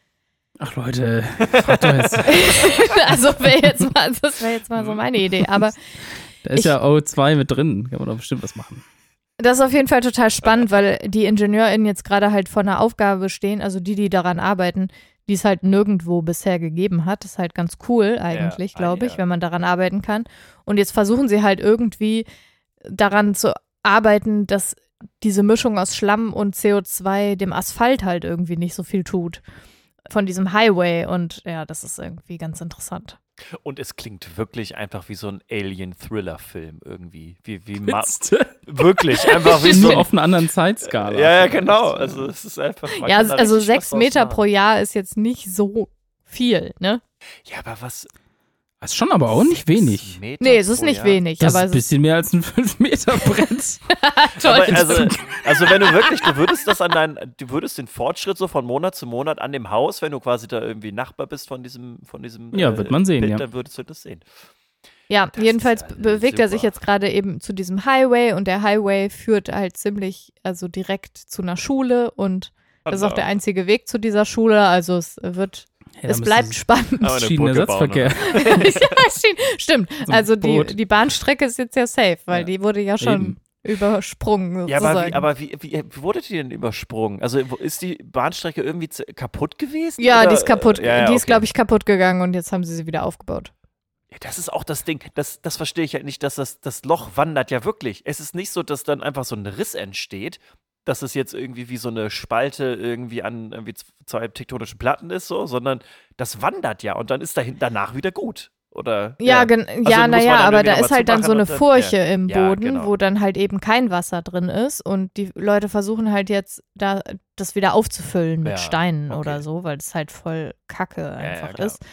Ach Leute, fragt doch jetzt. Also wäre jetzt mal, das wäre jetzt mal so meine Idee. Aber Da ist Ich- ja O zwei mit drin. Kann man doch bestimmt was machen. das ist auf jeden Fall total spannend, weil die IngenieurInnen jetzt gerade halt vor einer Aufgabe stehen, also die, die daran arbeiten, die es halt nirgendwo bisher gegeben hat. Das ist halt ganz cool eigentlich, Ja, glaube ja. ich, wenn man daran arbeiten kann. Und jetzt versuchen sie halt irgendwie daran zu arbeiten, dass diese Mischung aus Schlamm und C O zwei dem Asphalt halt irgendwie nicht so viel tut. Von diesem Highway. Und ja, das ist irgendwie ganz interessant. Und es klingt wirklich einfach wie so ein Alien-Thriller-Film irgendwie. Wie, wie ma- Witzt. wirklich, einfach wie so Nur ein auf einer anderen Zeitskala. Ja, ja, genau. Also es ist einfach. man Ja, kann da also richtig sechs was draus Meter machen. pro Jahr ist jetzt nicht so viel, ne? Ja, aber was? Das ist schon aber auch nicht wenig. Meter Nee, es ist pro nicht Jahr? wenig, Das ist aber ein es ist bisschen mehr als ein fünf Meter Brett. toll. Aber also, also wenn du wirklich, du würdest das an deinen, du würdest den Fortschritt so von Monat zu Monat an dem Haus, wenn du quasi da irgendwie Nachbar bist von diesem, von diesem Ja, wird man sehen, Bild, ja. dann würdest du das sehen. Ja, Das jedenfalls ist ja bewegt er sich super. jetzt gerade eben zu diesem Highway und der Highway führt halt ziemlich, also direkt zu einer Schule und das ist auch der einzige Weg zu dieser Schule, also es wird, Ja, es da bleibt müssen spannend. Aber eine sie Schienenersatzverkehr. ja, stimmt. Stimmt. So ein Also die, Boot. die Bahnstrecke ist jetzt ja safe, weil Ja. die wurde ja schon Eben. übersprungen Ja, sozusagen. aber, wie, aber wie, wie, wie wurde die denn übersprungen? Also wo- ist die Bahnstrecke irgendwie z- kaputt gewesen? ja, oder? die ist kaputt, Ja, ja, die ist, okay. glaube ich, kaputt gegangen und jetzt haben sie sie wieder aufgebaut. Ja, das ist auch das Ding, das, das verstehe ich halt nicht, dass das, das Loch wandert ja wirklich. Es ist nicht so, dass dann einfach so ein Riss entsteht, dass es jetzt irgendwie wie so eine Spalte irgendwie an irgendwie z- zwei tektonischen Platten ist, so, sondern das wandert ja und dann ist dahin, danach wieder gut. Oder? Ja, gen- Also ja, muss man naja, dann aber irgendwie da noch ist mal halt dann so zumachen eine und dann- Furche ja. im Ja, Boden, genau. wo dann halt eben kein Wasser drin ist und die Leute versuchen halt jetzt da das wieder aufzufüllen mit Ja, Steinen okay. oder so, weil es halt voll Kacke ja, einfach klar. ist.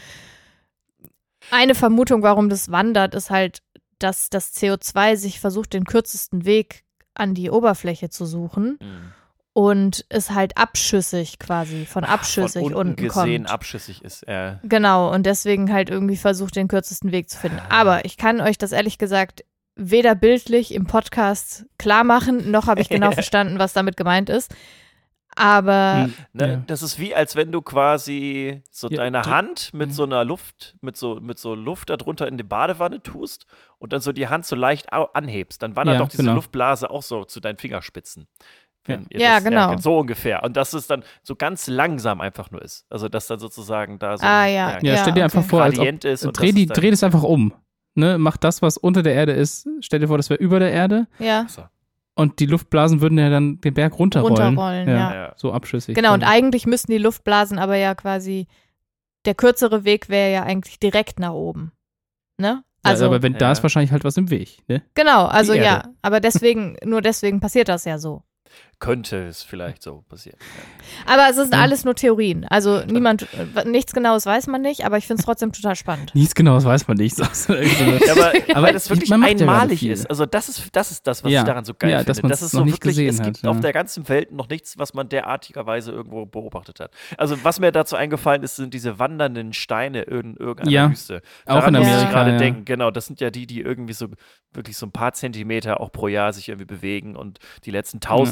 Eine Vermutung, warum das wandert, ist halt, dass das C O zwei sich versucht, den kürzesten Weg an die Oberfläche zu suchen Mhm. und es halt abschüssig quasi, von abschüssig Von unten unten gesehen kommt. abschüssig ist. Äh, Genau, und deswegen halt irgendwie versucht, den kürzesten Weg zu finden. Aber ich kann euch das ehrlich gesagt weder bildlich im Podcast klar machen, noch habe ich genau verstanden, was damit gemeint ist. Aber Hm, Ne, ja. Das ist wie, als wenn du quasi so Ja, deine du- Hand mit Mhm. so einer Luft, mit so, mit so Luft darunter in die Badewanne tust und dann so die Hand so leicht au- anhebst. Dann wandert Ja, doch diese genau. Luftblase auch so zu deinen Fingerspitzen. Wenn ihr Ja, das genau. kennt. So ungefähr. Und dass es dann so ganz langsam einfach nur ist. Also, dass dann sozusagen da so Ah, ein ja. Ja, Ja, stell dir einfach okay. vor, als ob, Gradient ist. Und dreh, das die, ist dann, dreh das einfach um. Ne? Mach das, was unter der Erde ist. Stell dir vor, das wäre über der Erde ja, So. und die Luftblasen würden ja dann den Berg runterrollen. runterrollen, ja. ja. Ja. So abschüssig. Genau, und quasi. eigentlich müssten die Luftblasen aber ja quasi, der kürzere Weg wäre ja eigentlich direkt nach oben. Ne? Also, ja, aber wenn, da Ja. ist wahrscheinlich halt was im Weg. Ne? genau, also die ja, Erde. aber deswegen, nur deswegen passiert das ja so. Könnte es vielleicht so passieren. Aber es sind Ja. alles nur Theorien. Also niemand, äh, nichts Genaues weiß man nicht, aber ich finde es trotzdem total spannend. Nichts Genaues weiß man nicht. sagst du irgendwie. Ja, aber, Aber weil das wirklich man macht ja gerade einmalig viel. ist. Also das ist, das ist das, was Ja. ich daran so geil Ja, finde. dass man's das ist noch so nicht wirklich, gesehen es hat, gibt ja. auf der ganzen Welt noch nichts, was man derartigerweise irgendwo beobachtet hat. Also was mir dazu eingefallen ist, sind diese wandernden Steine in irgendeiner Ja, Wüste. auch Daran in muss ich Amerika, gerade ja. denken. Genau, das sind ja die, die irgendwie so wirklich so ein paar Zentimeter auch pro Jahr sich irgendwie bewegen und die letzten tausend Jahre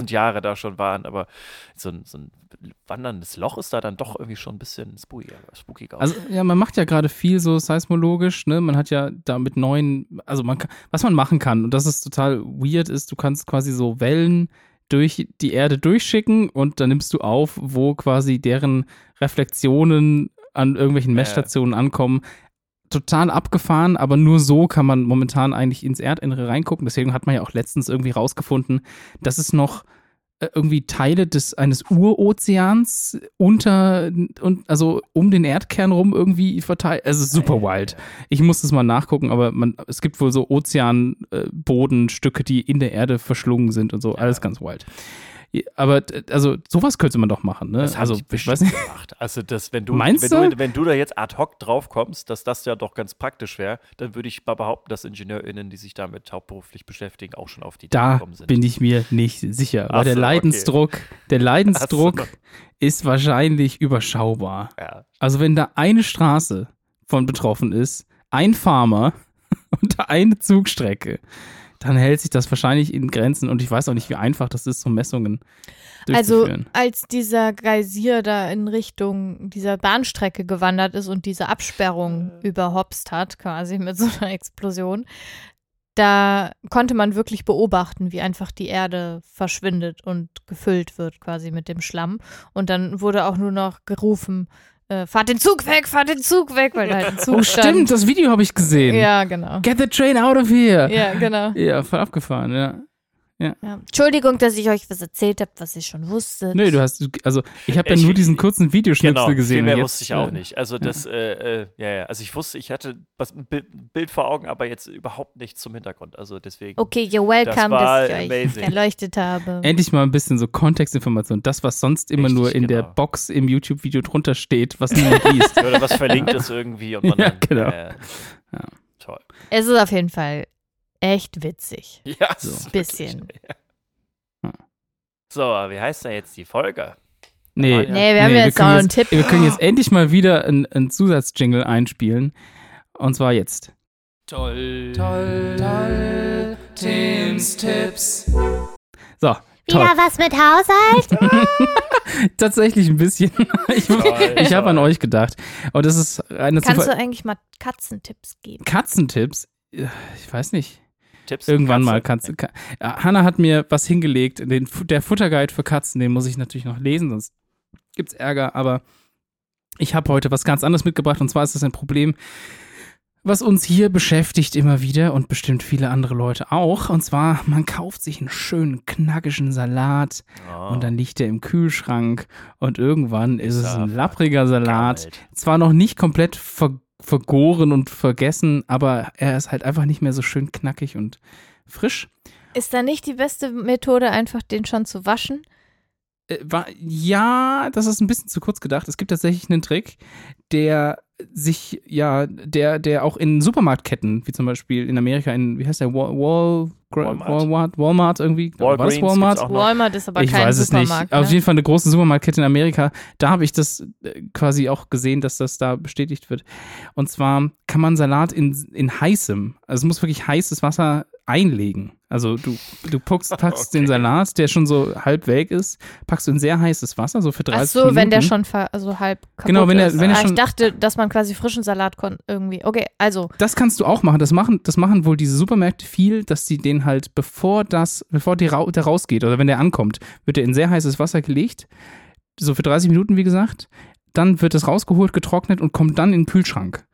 da schon waren, aber so ein, so ein wanderndes Loch ist da dann doch irgendwie schon ein bisschen spookiger. spookiger. Also ja, man macht ja gerade viel so seismologisch, ne? Man hat ja da mit neuen, also man kann, was man machen kann, und das ist total weird ist, du kannst quasi so Wellen durch die Erde durchschicken und dann nimmst du auf, wo quasi deren Reflexionen an irgendwelchen Messstationen ankommen. Total abgefahren, aber nur so kann man momentan eigentlich ins Erdinnere reingucken. Deswegen hat man ja auch letztens irgendwie rausgefunden, dass es noch äh, irgendwie Teile des eines Urozeans unter und also um den Erdkern rum irgendwie verteilt. Also super wild. Ich muss das mal nachgucken, aber man, es gibt wohl so Ozeanbodenstücke, die in der Erde verschlungen sind und so. Alles ganz wild. Aber also sowas könnte man doch machen, ne? Das also ich, ich weiß nicht. Gemacht. Also das, wenn du, Meinst wenn du? du, wenn du da jetzt ad hoc drauf kommst, dass das ja doch ganz praktisch wäre, dann würde ich mal behaupten, dass IngenieurInnen, die sich damit hauptberuflich beschäftigen, auch schon auf die Idee Da gekommen sind. bin ich mir nicht sicher, weil Ach der so, Leidensdruck, der Leidensdruck Ach so. ist wahrscheinlich überschaubar. Ja. Also wenn da eine Straße von betroffen ist, ein Farmer und eine Zugstrecke, dann hält sich das wahrscheinlich in Grenzen und ich weiß auch nicht, wie einfach das ist, so Messungen Also durchzuführen. als dieser Geysir da in Richtung dieser Bahnstrecke gewandert ist und diese Absperrung überhopst hat, quasi mit so einer Explosion, da konnte man wirklich beobachten, wie einfach die Erde verschwindet und gefüllt wird quasi mit dem Schlamm. Und dann wurde auch nur noch gerufen, äh, fahrt den Zug weg, fahrt den Zug weg, weil da halt ein Zug Oh stand. stimmt, das Video habe ich gesehen. Ja, genau. Get the train out of here. Ja, genau. Ja, voll abgefahren, ja. Ja. Entschuldigung, dass ich euch was erzählt habe, was ihr schon wusstet. Nö, du hast, also ich habe ja Ich- nur diesen kurzen Videoschnipsel Genau, gesehen. viel mehr und wusste jetzt, ich auch äh, nicht. Also das, äh, äh, ja, ja, also ich wusste, ich hatte was, ein Bild, ein Bild vor Augen, aber jetzt überhaupt nichts zum Hintergrund. Also deswegen. Okay, you're welcome, Das war dass ich euch amazing. erleuchtet habe. Endlich mal ein bisschen so Kontextinformation. Das, was sonst immer Richtig, nur in der genau. Box im YouTube-Video drunter steht, was niemand liest. Oder was verlinkt ist irgendwie und man Ja, dann, genau. äh, Ja. Toll. Es ist auf jeden Fall echt witzig. Ja, So. es ist Bisschen. wirklich- So, wie heißt denn jetzt die Folge? Nee, Ja. Nee, wir haben jetzt können auch einen jetzt, Tipp. Wir können jetzt endlich mal wieder einen, einen Zusatzjingle einspielen. Und zwar jetzt. Toll, toll, toll, Tims Tipps. So, toll. Wieder was mit Haushalt? Tatsächlich ein bisschen. Ich, Toll, ich habe toll. an euch gedacht. Und das ist eine Kannst Zufall- du eigentlich mal Katzentipps geben? Katzentipps? Ich weiß nicht. Tipps Irgendwann mal Katze. kannst du. Ka- Ja, Hannah hat mir was hingelegt. Den, Fu- der Futterguide für Katzen, den muss ich natürlich noch lesen, sonst gibt's Ärger. Aber ich habe heute was ganz anderes mitgebracht. Und zwar ist das ein Problem, was uns hier beschäftigt immer wieder und bestimmt viele andere Leute auch. Und zwar, man kauft sich einen schönen, knackigen Salat Oh, und dann liegt der im Kühlschrank und irgendwann ist es Ist er ein lappriger Salat. gammelt. Zwar noch nicht komplett ver vergoren und vergessen, aber er ist halt einfach nicht mehr so schön knackig und frisch. Ist da nicht die beste Methode, einfach den schon zu waschen? Äh, war, ja, das ist ein bisschen zu kurz gedacht. Es gibt tatsächlich einen Trick, der sich, ja, der, der auch in Supermarktketten, wie zum Beispiel in Amerika, in, wie heißt der, Wal, Wal, Walmart. Walmart, Walmart irgendwie, war das Walgreens Walmart? gibt's auch noch. Walmart ist aber Ich kein weiß es nicht. Supermarkt. Auf ne? jeden Fall eine große Supermarktkette in Amerika. Da habe ich das äh, quasi auch gesehen, dass das da bestätigt wird. Und zwar kann man Salat in, in heißem, also es muss wirklich heißes Wasser einlegen. Also du, du packst, packst Okay. den Salat, der schon so halb welk ist, packst du in sehr heißes Wasser, so für Ach dreißig so, Minuten. wenn der schon ver also halb kaputt Genau, wenn der- ist. wenn der ah, ich schon- dachte, dass man quasi frischen Salat kon irgendwie. Okay, also Das kannst du auch machen. Das machen, das machen wohl diese Supermärkte viel, dass sie den halt, bevor das, bevor die Ra der rausgeht oder wenn der ankommt, wird der in sehr heißes Wasser gelegt. So für dreißig Minuten, wie gesagt. Dann wird es rausgeholt, getrocknet und kommt dann in den Kühlschrank.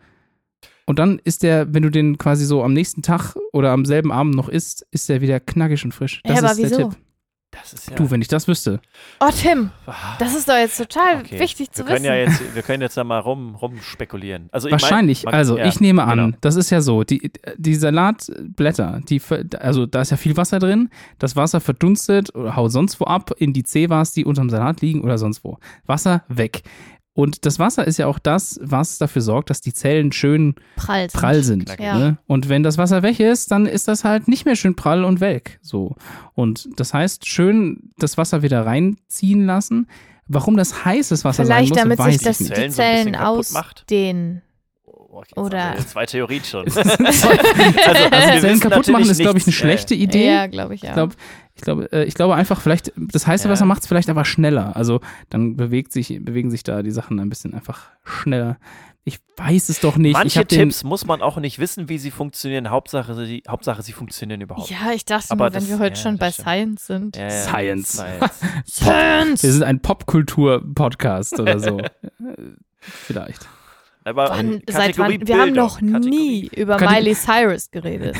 Und dann ist der, wenn du den quasi so am nächsten Tag oder am selben Abend noch isst, ist der wieder knackig und frisch. Das Hä, aber ist der wieso? Tipp. Das ist ja. Du, wenn ich das wüsste. Oh, Tim, Ah, das ist doch jetzt total okay. wichtig zu wir können wissen. ja jetzt, wir können jetzt da mal rum, rum spekulieren. Also ich mein, Wahrscheinlich, man- also ja, ich nehme an, genau. das ist ja so, die, die Salatblätter, die, ver- also da ist ja viel Wasser drin, das Wasser verdunstet oder haut sonst wo ab in die Zewas, die unterm Salat liegen oder sonst wo. Wasser weg. Und das Wasser ist ja auch das, was dafür sorgt, dass die Zellen schön Prall sind. prall sind. Knackig. Ja. Ne? Und wenn das Wasser weg ist, dann ist das halt nicht mehr schön prall und welk. So. Und das heißt, schön das Wasser wieder reinziehen lassen. Warum das heißes Wasser Vielleicht sein muss, damit weiß sich das ich die nicht. Zellen so ein bisschen Zellen kaputt macht. ausdehnen. Oh, jetzt Oder- haben wir zwei Theorien schon. also, also, wir Zellen wissen kaputt machen natürlich ist, glaube ich, eine nichts. schlechte Ja, Idee. Ja, glaube ich, ja. Ich glaube, ich glaube, äh, ich glaube einfach, vielleicht, das heiße Ja. Wasser macht es vielleicht aber schneller. Also dann bewegt sich, bewegen sich da die Sachen ein bisschen einfach schneller. Ich weiß es doch nicht. ich Manche hab den, Tipps muss man auch nicht wissen, wie sie funktionieren. Hauptsache, sie, Hauptsache, sie funktionieren überhaupt. Ja, ich dachte Aber nur, wenn das- wir heute ja, schon das bei stimmt. Science sind. Ja, ja, Science. Science. Science! Wir sind ein Popkultur-Podcast oder so. Äh, Vielleicht. Aber Wann, äh, seit wann? Kategorie Wir haben Bildung. noch nie über Kategor- Miley Cyrus geredet.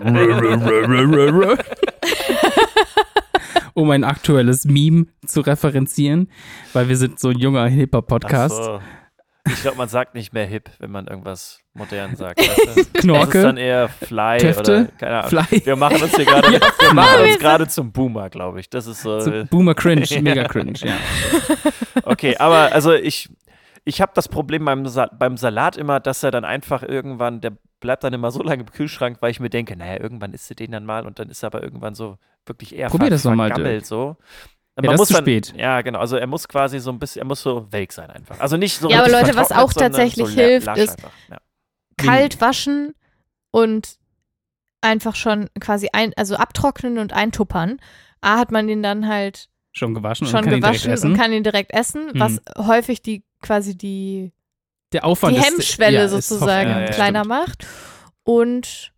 Um ein aktuelles Meme zu referenzieren, weil wir sind so ein junger, hipper Ach Podcast. so. Ich glaube, man sagt nicht mehr hip, wenn man irgendwas modern sagt. Weißt du? Das Knorke, ist dann eher Fly Töfte, oder keine Ahnung. Fly, Wir machen uns hier gerade, wir machen wir uns sind- gerade zum Boomer, glaube ich. Das ist so. so äh, Boomer Cringe, Ja. mega cringe, ja. Okay, aber also ich, ich habe das Problem beim, Sa beim Salat immer, dass er dann einfach irgendwann, der bleibt dann immer so lange im Kühlschrank, weil ich mir denke, naja, irgendwann isst du den dann mal und dann ist er aber irgendwann so wirklich eher Probier ver das doch mal, vergammelt so. Ja, Man das muss ist zu dann, spät. Ja, genau. Also er muss quasi so ein bisschen, er muss so welk sein einfach. Also nicht so Ja, aber richtig Leute, was vertrocknet, auch sondern tatsächlich so la- hilft, lasch ist- einfach. Ja. Kalt waschen und einfach schon quasi ein, also abtrocknen und eintuppern. A, hat man den dann halt Schon gewaschen schon und kann ihn direkt gewaschen essen. und kann ihn direkt essen, Mhm. was häufig die quasi die, Der Aufwand die ist, Hemmschwelle ja, ist sozusagen ja, ja, kleiner stimmt. macht. Und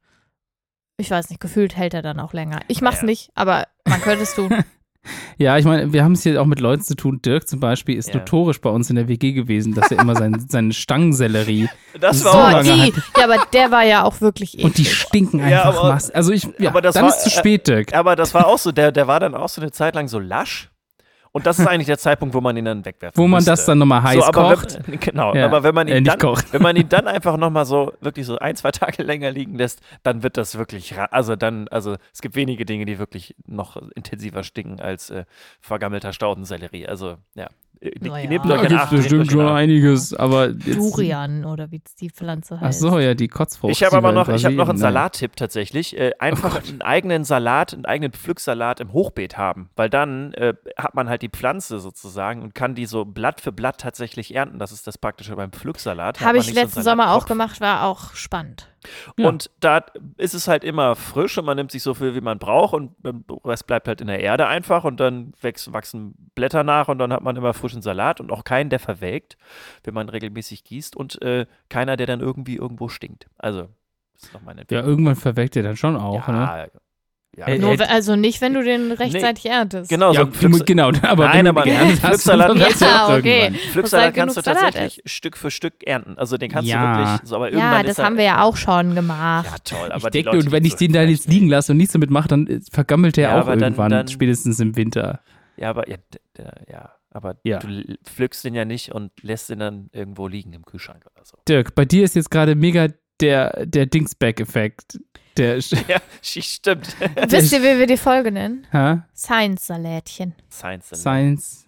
ich weiß nicht, gefühlt hält er dann auch länger. Ich mach's Ja, ja. nicht, aber man könnte es tun. Ja, ich meine, wir haben es hier auch mit Leuten zu tun. Dirk zum Beispiel ist Ja. notorisch bei uns in der W G gewesen, dass er immer sein, seinen Stangensellerie Das So war So, auch, lange die, ja, aber der war ja auch wirklich eklig. und die stinken Ja, einfach aber- mass. Also ich, ja, aber das dann war- ist zu spät, Dirk. aber das war auch so, der, der war dann auch so eine Zeit lang so lasch. Und das ist eigentlich der Zeitpunkt, wo man ihn dann wegwerfen Wo man müsste. das dann nochmal heiß so, aber kocht. Wenn, genau, Ja, aber wenn man, äh, ihn nicht dann, kocht. wenn man ihn dann einfach nochmal so, wirklich so ein, zwei Tage länger liegen lässt, dann wird das wirklich, ra- also dann, also es gibt wenige Dinge, die wirklich noch intensiver stinken als äh, vergammelter Staudensellerie. Also, ja. Naja. Nehmt Da euch Da in gibt Acht, es nehmt bestimmt euch in schon Acht. einiges, aber jetzt, Durian oder wie die Pflanze Ach heißt. so, ja, die Kotzfrucht. Ich habe die aber wir in noch, ich habe noch einen Brasilien- Salattipp tatsächlich. Äh, einfach einen eigenen Salat, einen eigenen Pflücksalat im Hochbeet haben, weil dann äh, hat man halt die Pflanze sozusagen und kann die so Blatt für Blatt tatsächlich ernten. Das ist das Praktische beim Pflücksalat. Hat Habe man ich nicht so einen letzten Sommer auch Salattopf. gemacht, war auch spannend. Ja. Und da ist es halt immer frisch und man nimmt sich so viel, wie man braucht und der Rest bleibt halt in der Erde einfach und dann wächst, wachsen Blätter nach und dann hat man immer frischen Salat und auch keinen, der verwelkt, wenn man regelmäßig gießt und äh, keiner, der dann irgendwie irgendwo stinkt. Also, das ist noch meine Ja, Empfehlung. irgendwann verweckt er dann schon auch, ne? ja, ja, Ey, Nur, ey, we- also nicht, wenn du den rechtzeitig erntest. genau, Ja, so ein Pflücks- genau, aber Nein, wenn aber du geerntet hast, Pflücksalat- dann wird's Ja, auch okay. irgendwann. Pflücksalat halt kannst du genug Salat tatsächlich Stück für Stück ernten. Also den kannst Ja. du wirklich so, aber irgendwann Ja, ist das er, haben wir ja auch schon gemacht. Ja, toll, aber Ich die denke, Leute, und wenn die ich so den da jetzt vielleicht liegen lasse und nichts damit mache, dann äh, vergammelt der Ja, auch aber dann- irgendwann, dann- spätestens im Winter. Ja, aber ja, d- d- ja, aber Ja. du l- pflückst den ja nicht und lässt den dann irgendwo liegen im Kühlschrank oder so. Dirk, bei dir ist jetzt gerade mega der, der Dingsback-Effekt. Der, Ja, stimmt. Wisst ihr, wie wir die Folge nennen? ha? Science-Salätchen. Science Salad. Science,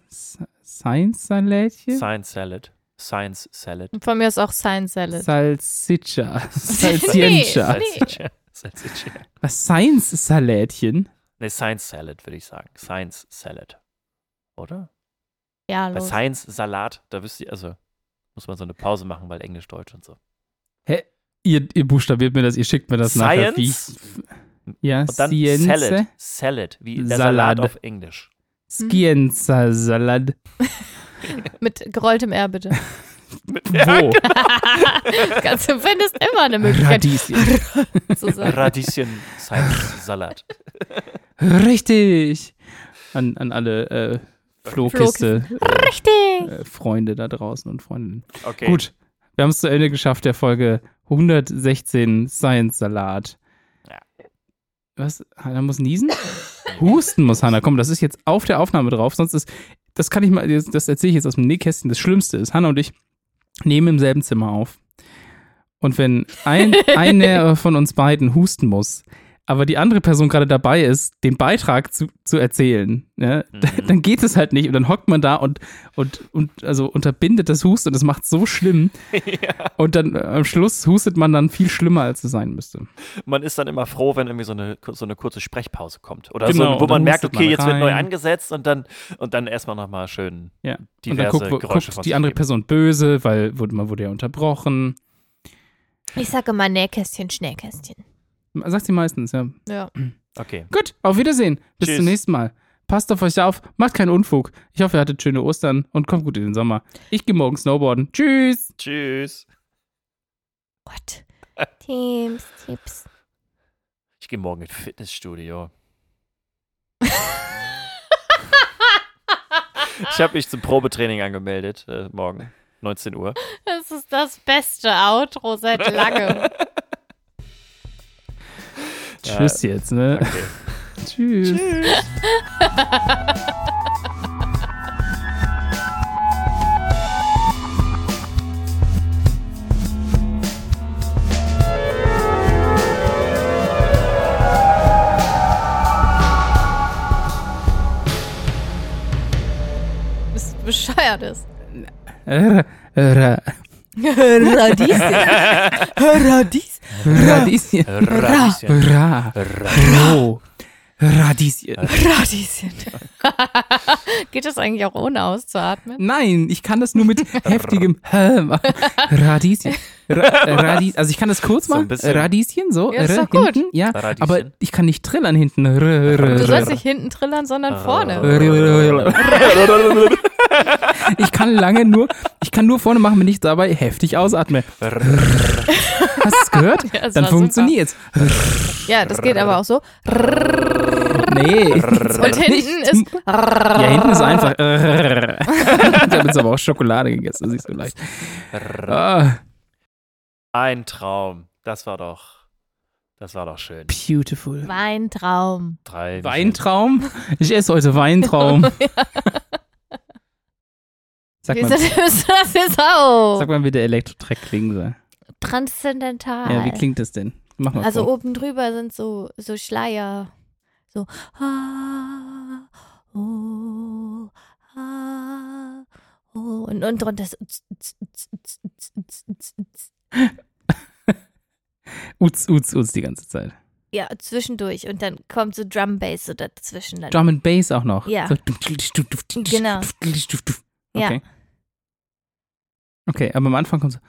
Science-Salätchen? Science Salad. Science Salad. Und von mir ist auch Science-Salad. Salsiccia. Salsiccia. Nee. Salsiccia. Salsiccia. Was, Science-Salätchen? Nee, Science Salad würde ich sagen. Science Salad. Oder? Ja, Bei los. Science Salat, da wisst ihr, also muss man so eine Pause machen, weil Englisch, Deutsch und so. Hä? Ihr, ihr buchstabiert mir das, ihr schickt mir das nachher. Wie ich, Science ja, und dann Science. Salad. Salad, wie der Salat. Salat auf Englisch. Scienza-Salat. Mit gerolltem R, bitte. Wo? Ganz, du findest immer eine Möglichkeit Radieschen. zu sagen. Radieschen Science Salat. Richtig. An, an alle äh, Flohkiste Richtig. äh, Freunde da draußen und Freundinnen. Okay. Gut, wir haben es zu Ende geschafft, der Folge hundertsechzehn Science-Salat. Ja. Was? Hanna muss niesen? Husten muss Hanna. Komm, das ist jetzt auf der Aufnahme drauf, sonst ist, das kann ich mal, das erzähle ich jetzt aus dem Nähkästchen. Das Schlimmste ist, Hanna und ich nehmen im selben Zimmer auf. Und wenn ein, einer von uns beiden husten muss, aber die andere Person gerade dabei ist, den Beitrag zu, zu erzählen, ne, Mhm. dann geht es halt nicht. Und dann hockt man da und, und, und also unterbindet das Husten und das macht so schlimm. Und dann äh, am Schluss hustet man dann viel schlimmer, als es sein müsste. Man ist dann immer froh, wenn irgendwie so eine, so eine kurze Sprechpause kommt. Oder Genau, so, wo dann man merkt, hustet okay, man jetzt wird neu rein. angesetzt und dann, und dann erstmal nochmal schön Ja. Und dann diverse guckt, wo- Geräusche guckt von die sich andere geben. Person böse, weil wurde, man wurde ja unterbrochen. Ich sage immer Nähkästchen, Schnellkästchen. Sagt sie meistens, ja. Ja. Okay. Gut, auf Wiedersehen. Bis Tschüss. zum nächsten Mal. Passt auf euch auf, macht keinen Unfug. Ich hoffe, ihr hattet schöne Ostern und kommt gut in den Sommer. Ich gehe morgen snowboarden. Tschüss. Tschüss. What? Teams, Tipps. Ich gehe morgen ins Fitnessstudio. Ich habe mich zum Probetraining angemeldet, äh, morgen, neunzehn Uhr. Das ist das beste Outro seit langem. Tschüss jetzt, ne? Okay. Tschüss. Tschüss. Das bescheuert ist. Ra- ra- Radieschen. Radieschen. Radieschen. Radieschen. Ra. Ro. Radieschen. Radieschen. Geht das eigentlich auch ohne auszuatmen? Nein, ich kann das nur mit heftigem Radieschen. Ra Radieschen. Also ich kann das kurz So ein machen. bisschen. Radieschen, so. Ja, ist r- doch gut. hinten, ja, Radieschen. aber ich kann nicht trillern hinten. R- r- Du r- sollst nicht hinten trillern, sondern vorne. Ich kann lange nur, ich kann nur vorne machen, wenn ich dabei heftig ausatme. Hast du es gehört? Ja, das Dann war funktioniert's. Ja, das geht aber auch so. Nee. Und hinten ist. Ja, hinten ist einfach. Ich habe jetzt aber auch Schokolade gegessen, das ist nicht so leicht. Ah, Ein Traum. Das war doch, das war doch schön. beautiful. Weintraum. Drei. Weintraum? Ich esse heute Weintraum. Sag Wie mal, ist das, das ist auch? sag mal, wie der Elektro-Track klingen soll. Transzendental. Ja, wie klingt das denn? Mach mal Also vor. oben drüber sind so, so Schleier. So. Ah, oh, ah, oh. Und, und drunter ist. Uz, uz, uz die ganze Zeit. Ja, zwischendurch. Und dann kommt so Drum Bass so dazwischen. Dann. Drum and Bass auch noch. Ja. So. Genau. Ja. Okay. Okay, aber am Anfang kommt so.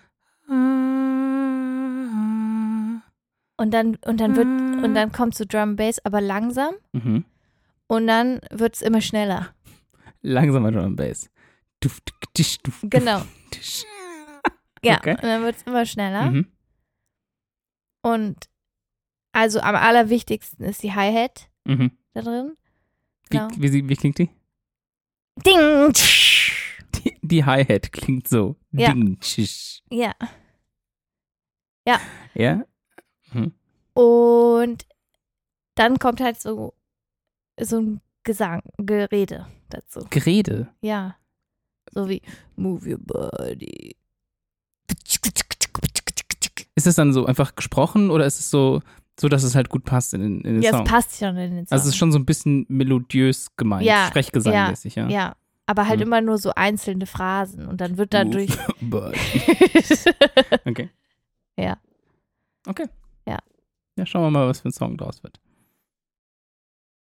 Und dann, und dann wird, und dann kommt so Drum Bass, aber langsam. Mhm. Und dann wird es immer schneller. Langsamer Drum and Bass. Genau. Ja, Okay. und dann wird es immer schneller. Mhm. Und also am allerwichtigsten ist die Hi-Hat Mhm. da drin. Wie, Genau. wie, sie- wie klingt die? Ding! Die, die Hi-Hat klingt so. Ja. Ding, tschisch. Ja. Ja? Mhm. Und dann kommt halt so, so ein Gesang, Gerede dazu. Gerede. Ja. So wie Move your body. Ist es dann so einfach gesprochen oder ist es so, so dass es halt gut passt in, den- in den Ja, Song? es passt schon in den Song. Also es ist schon so ein bisschen melodiös gemeint, Ja, Sprechgesangmäßig, ja. Ja, aber halt Hm. immer nur so einzelne Phrasen und dann wird dadurch. But- okay. Ja. Okay. Ja. Ja, schauen wir mal, was für ein Song draus wird.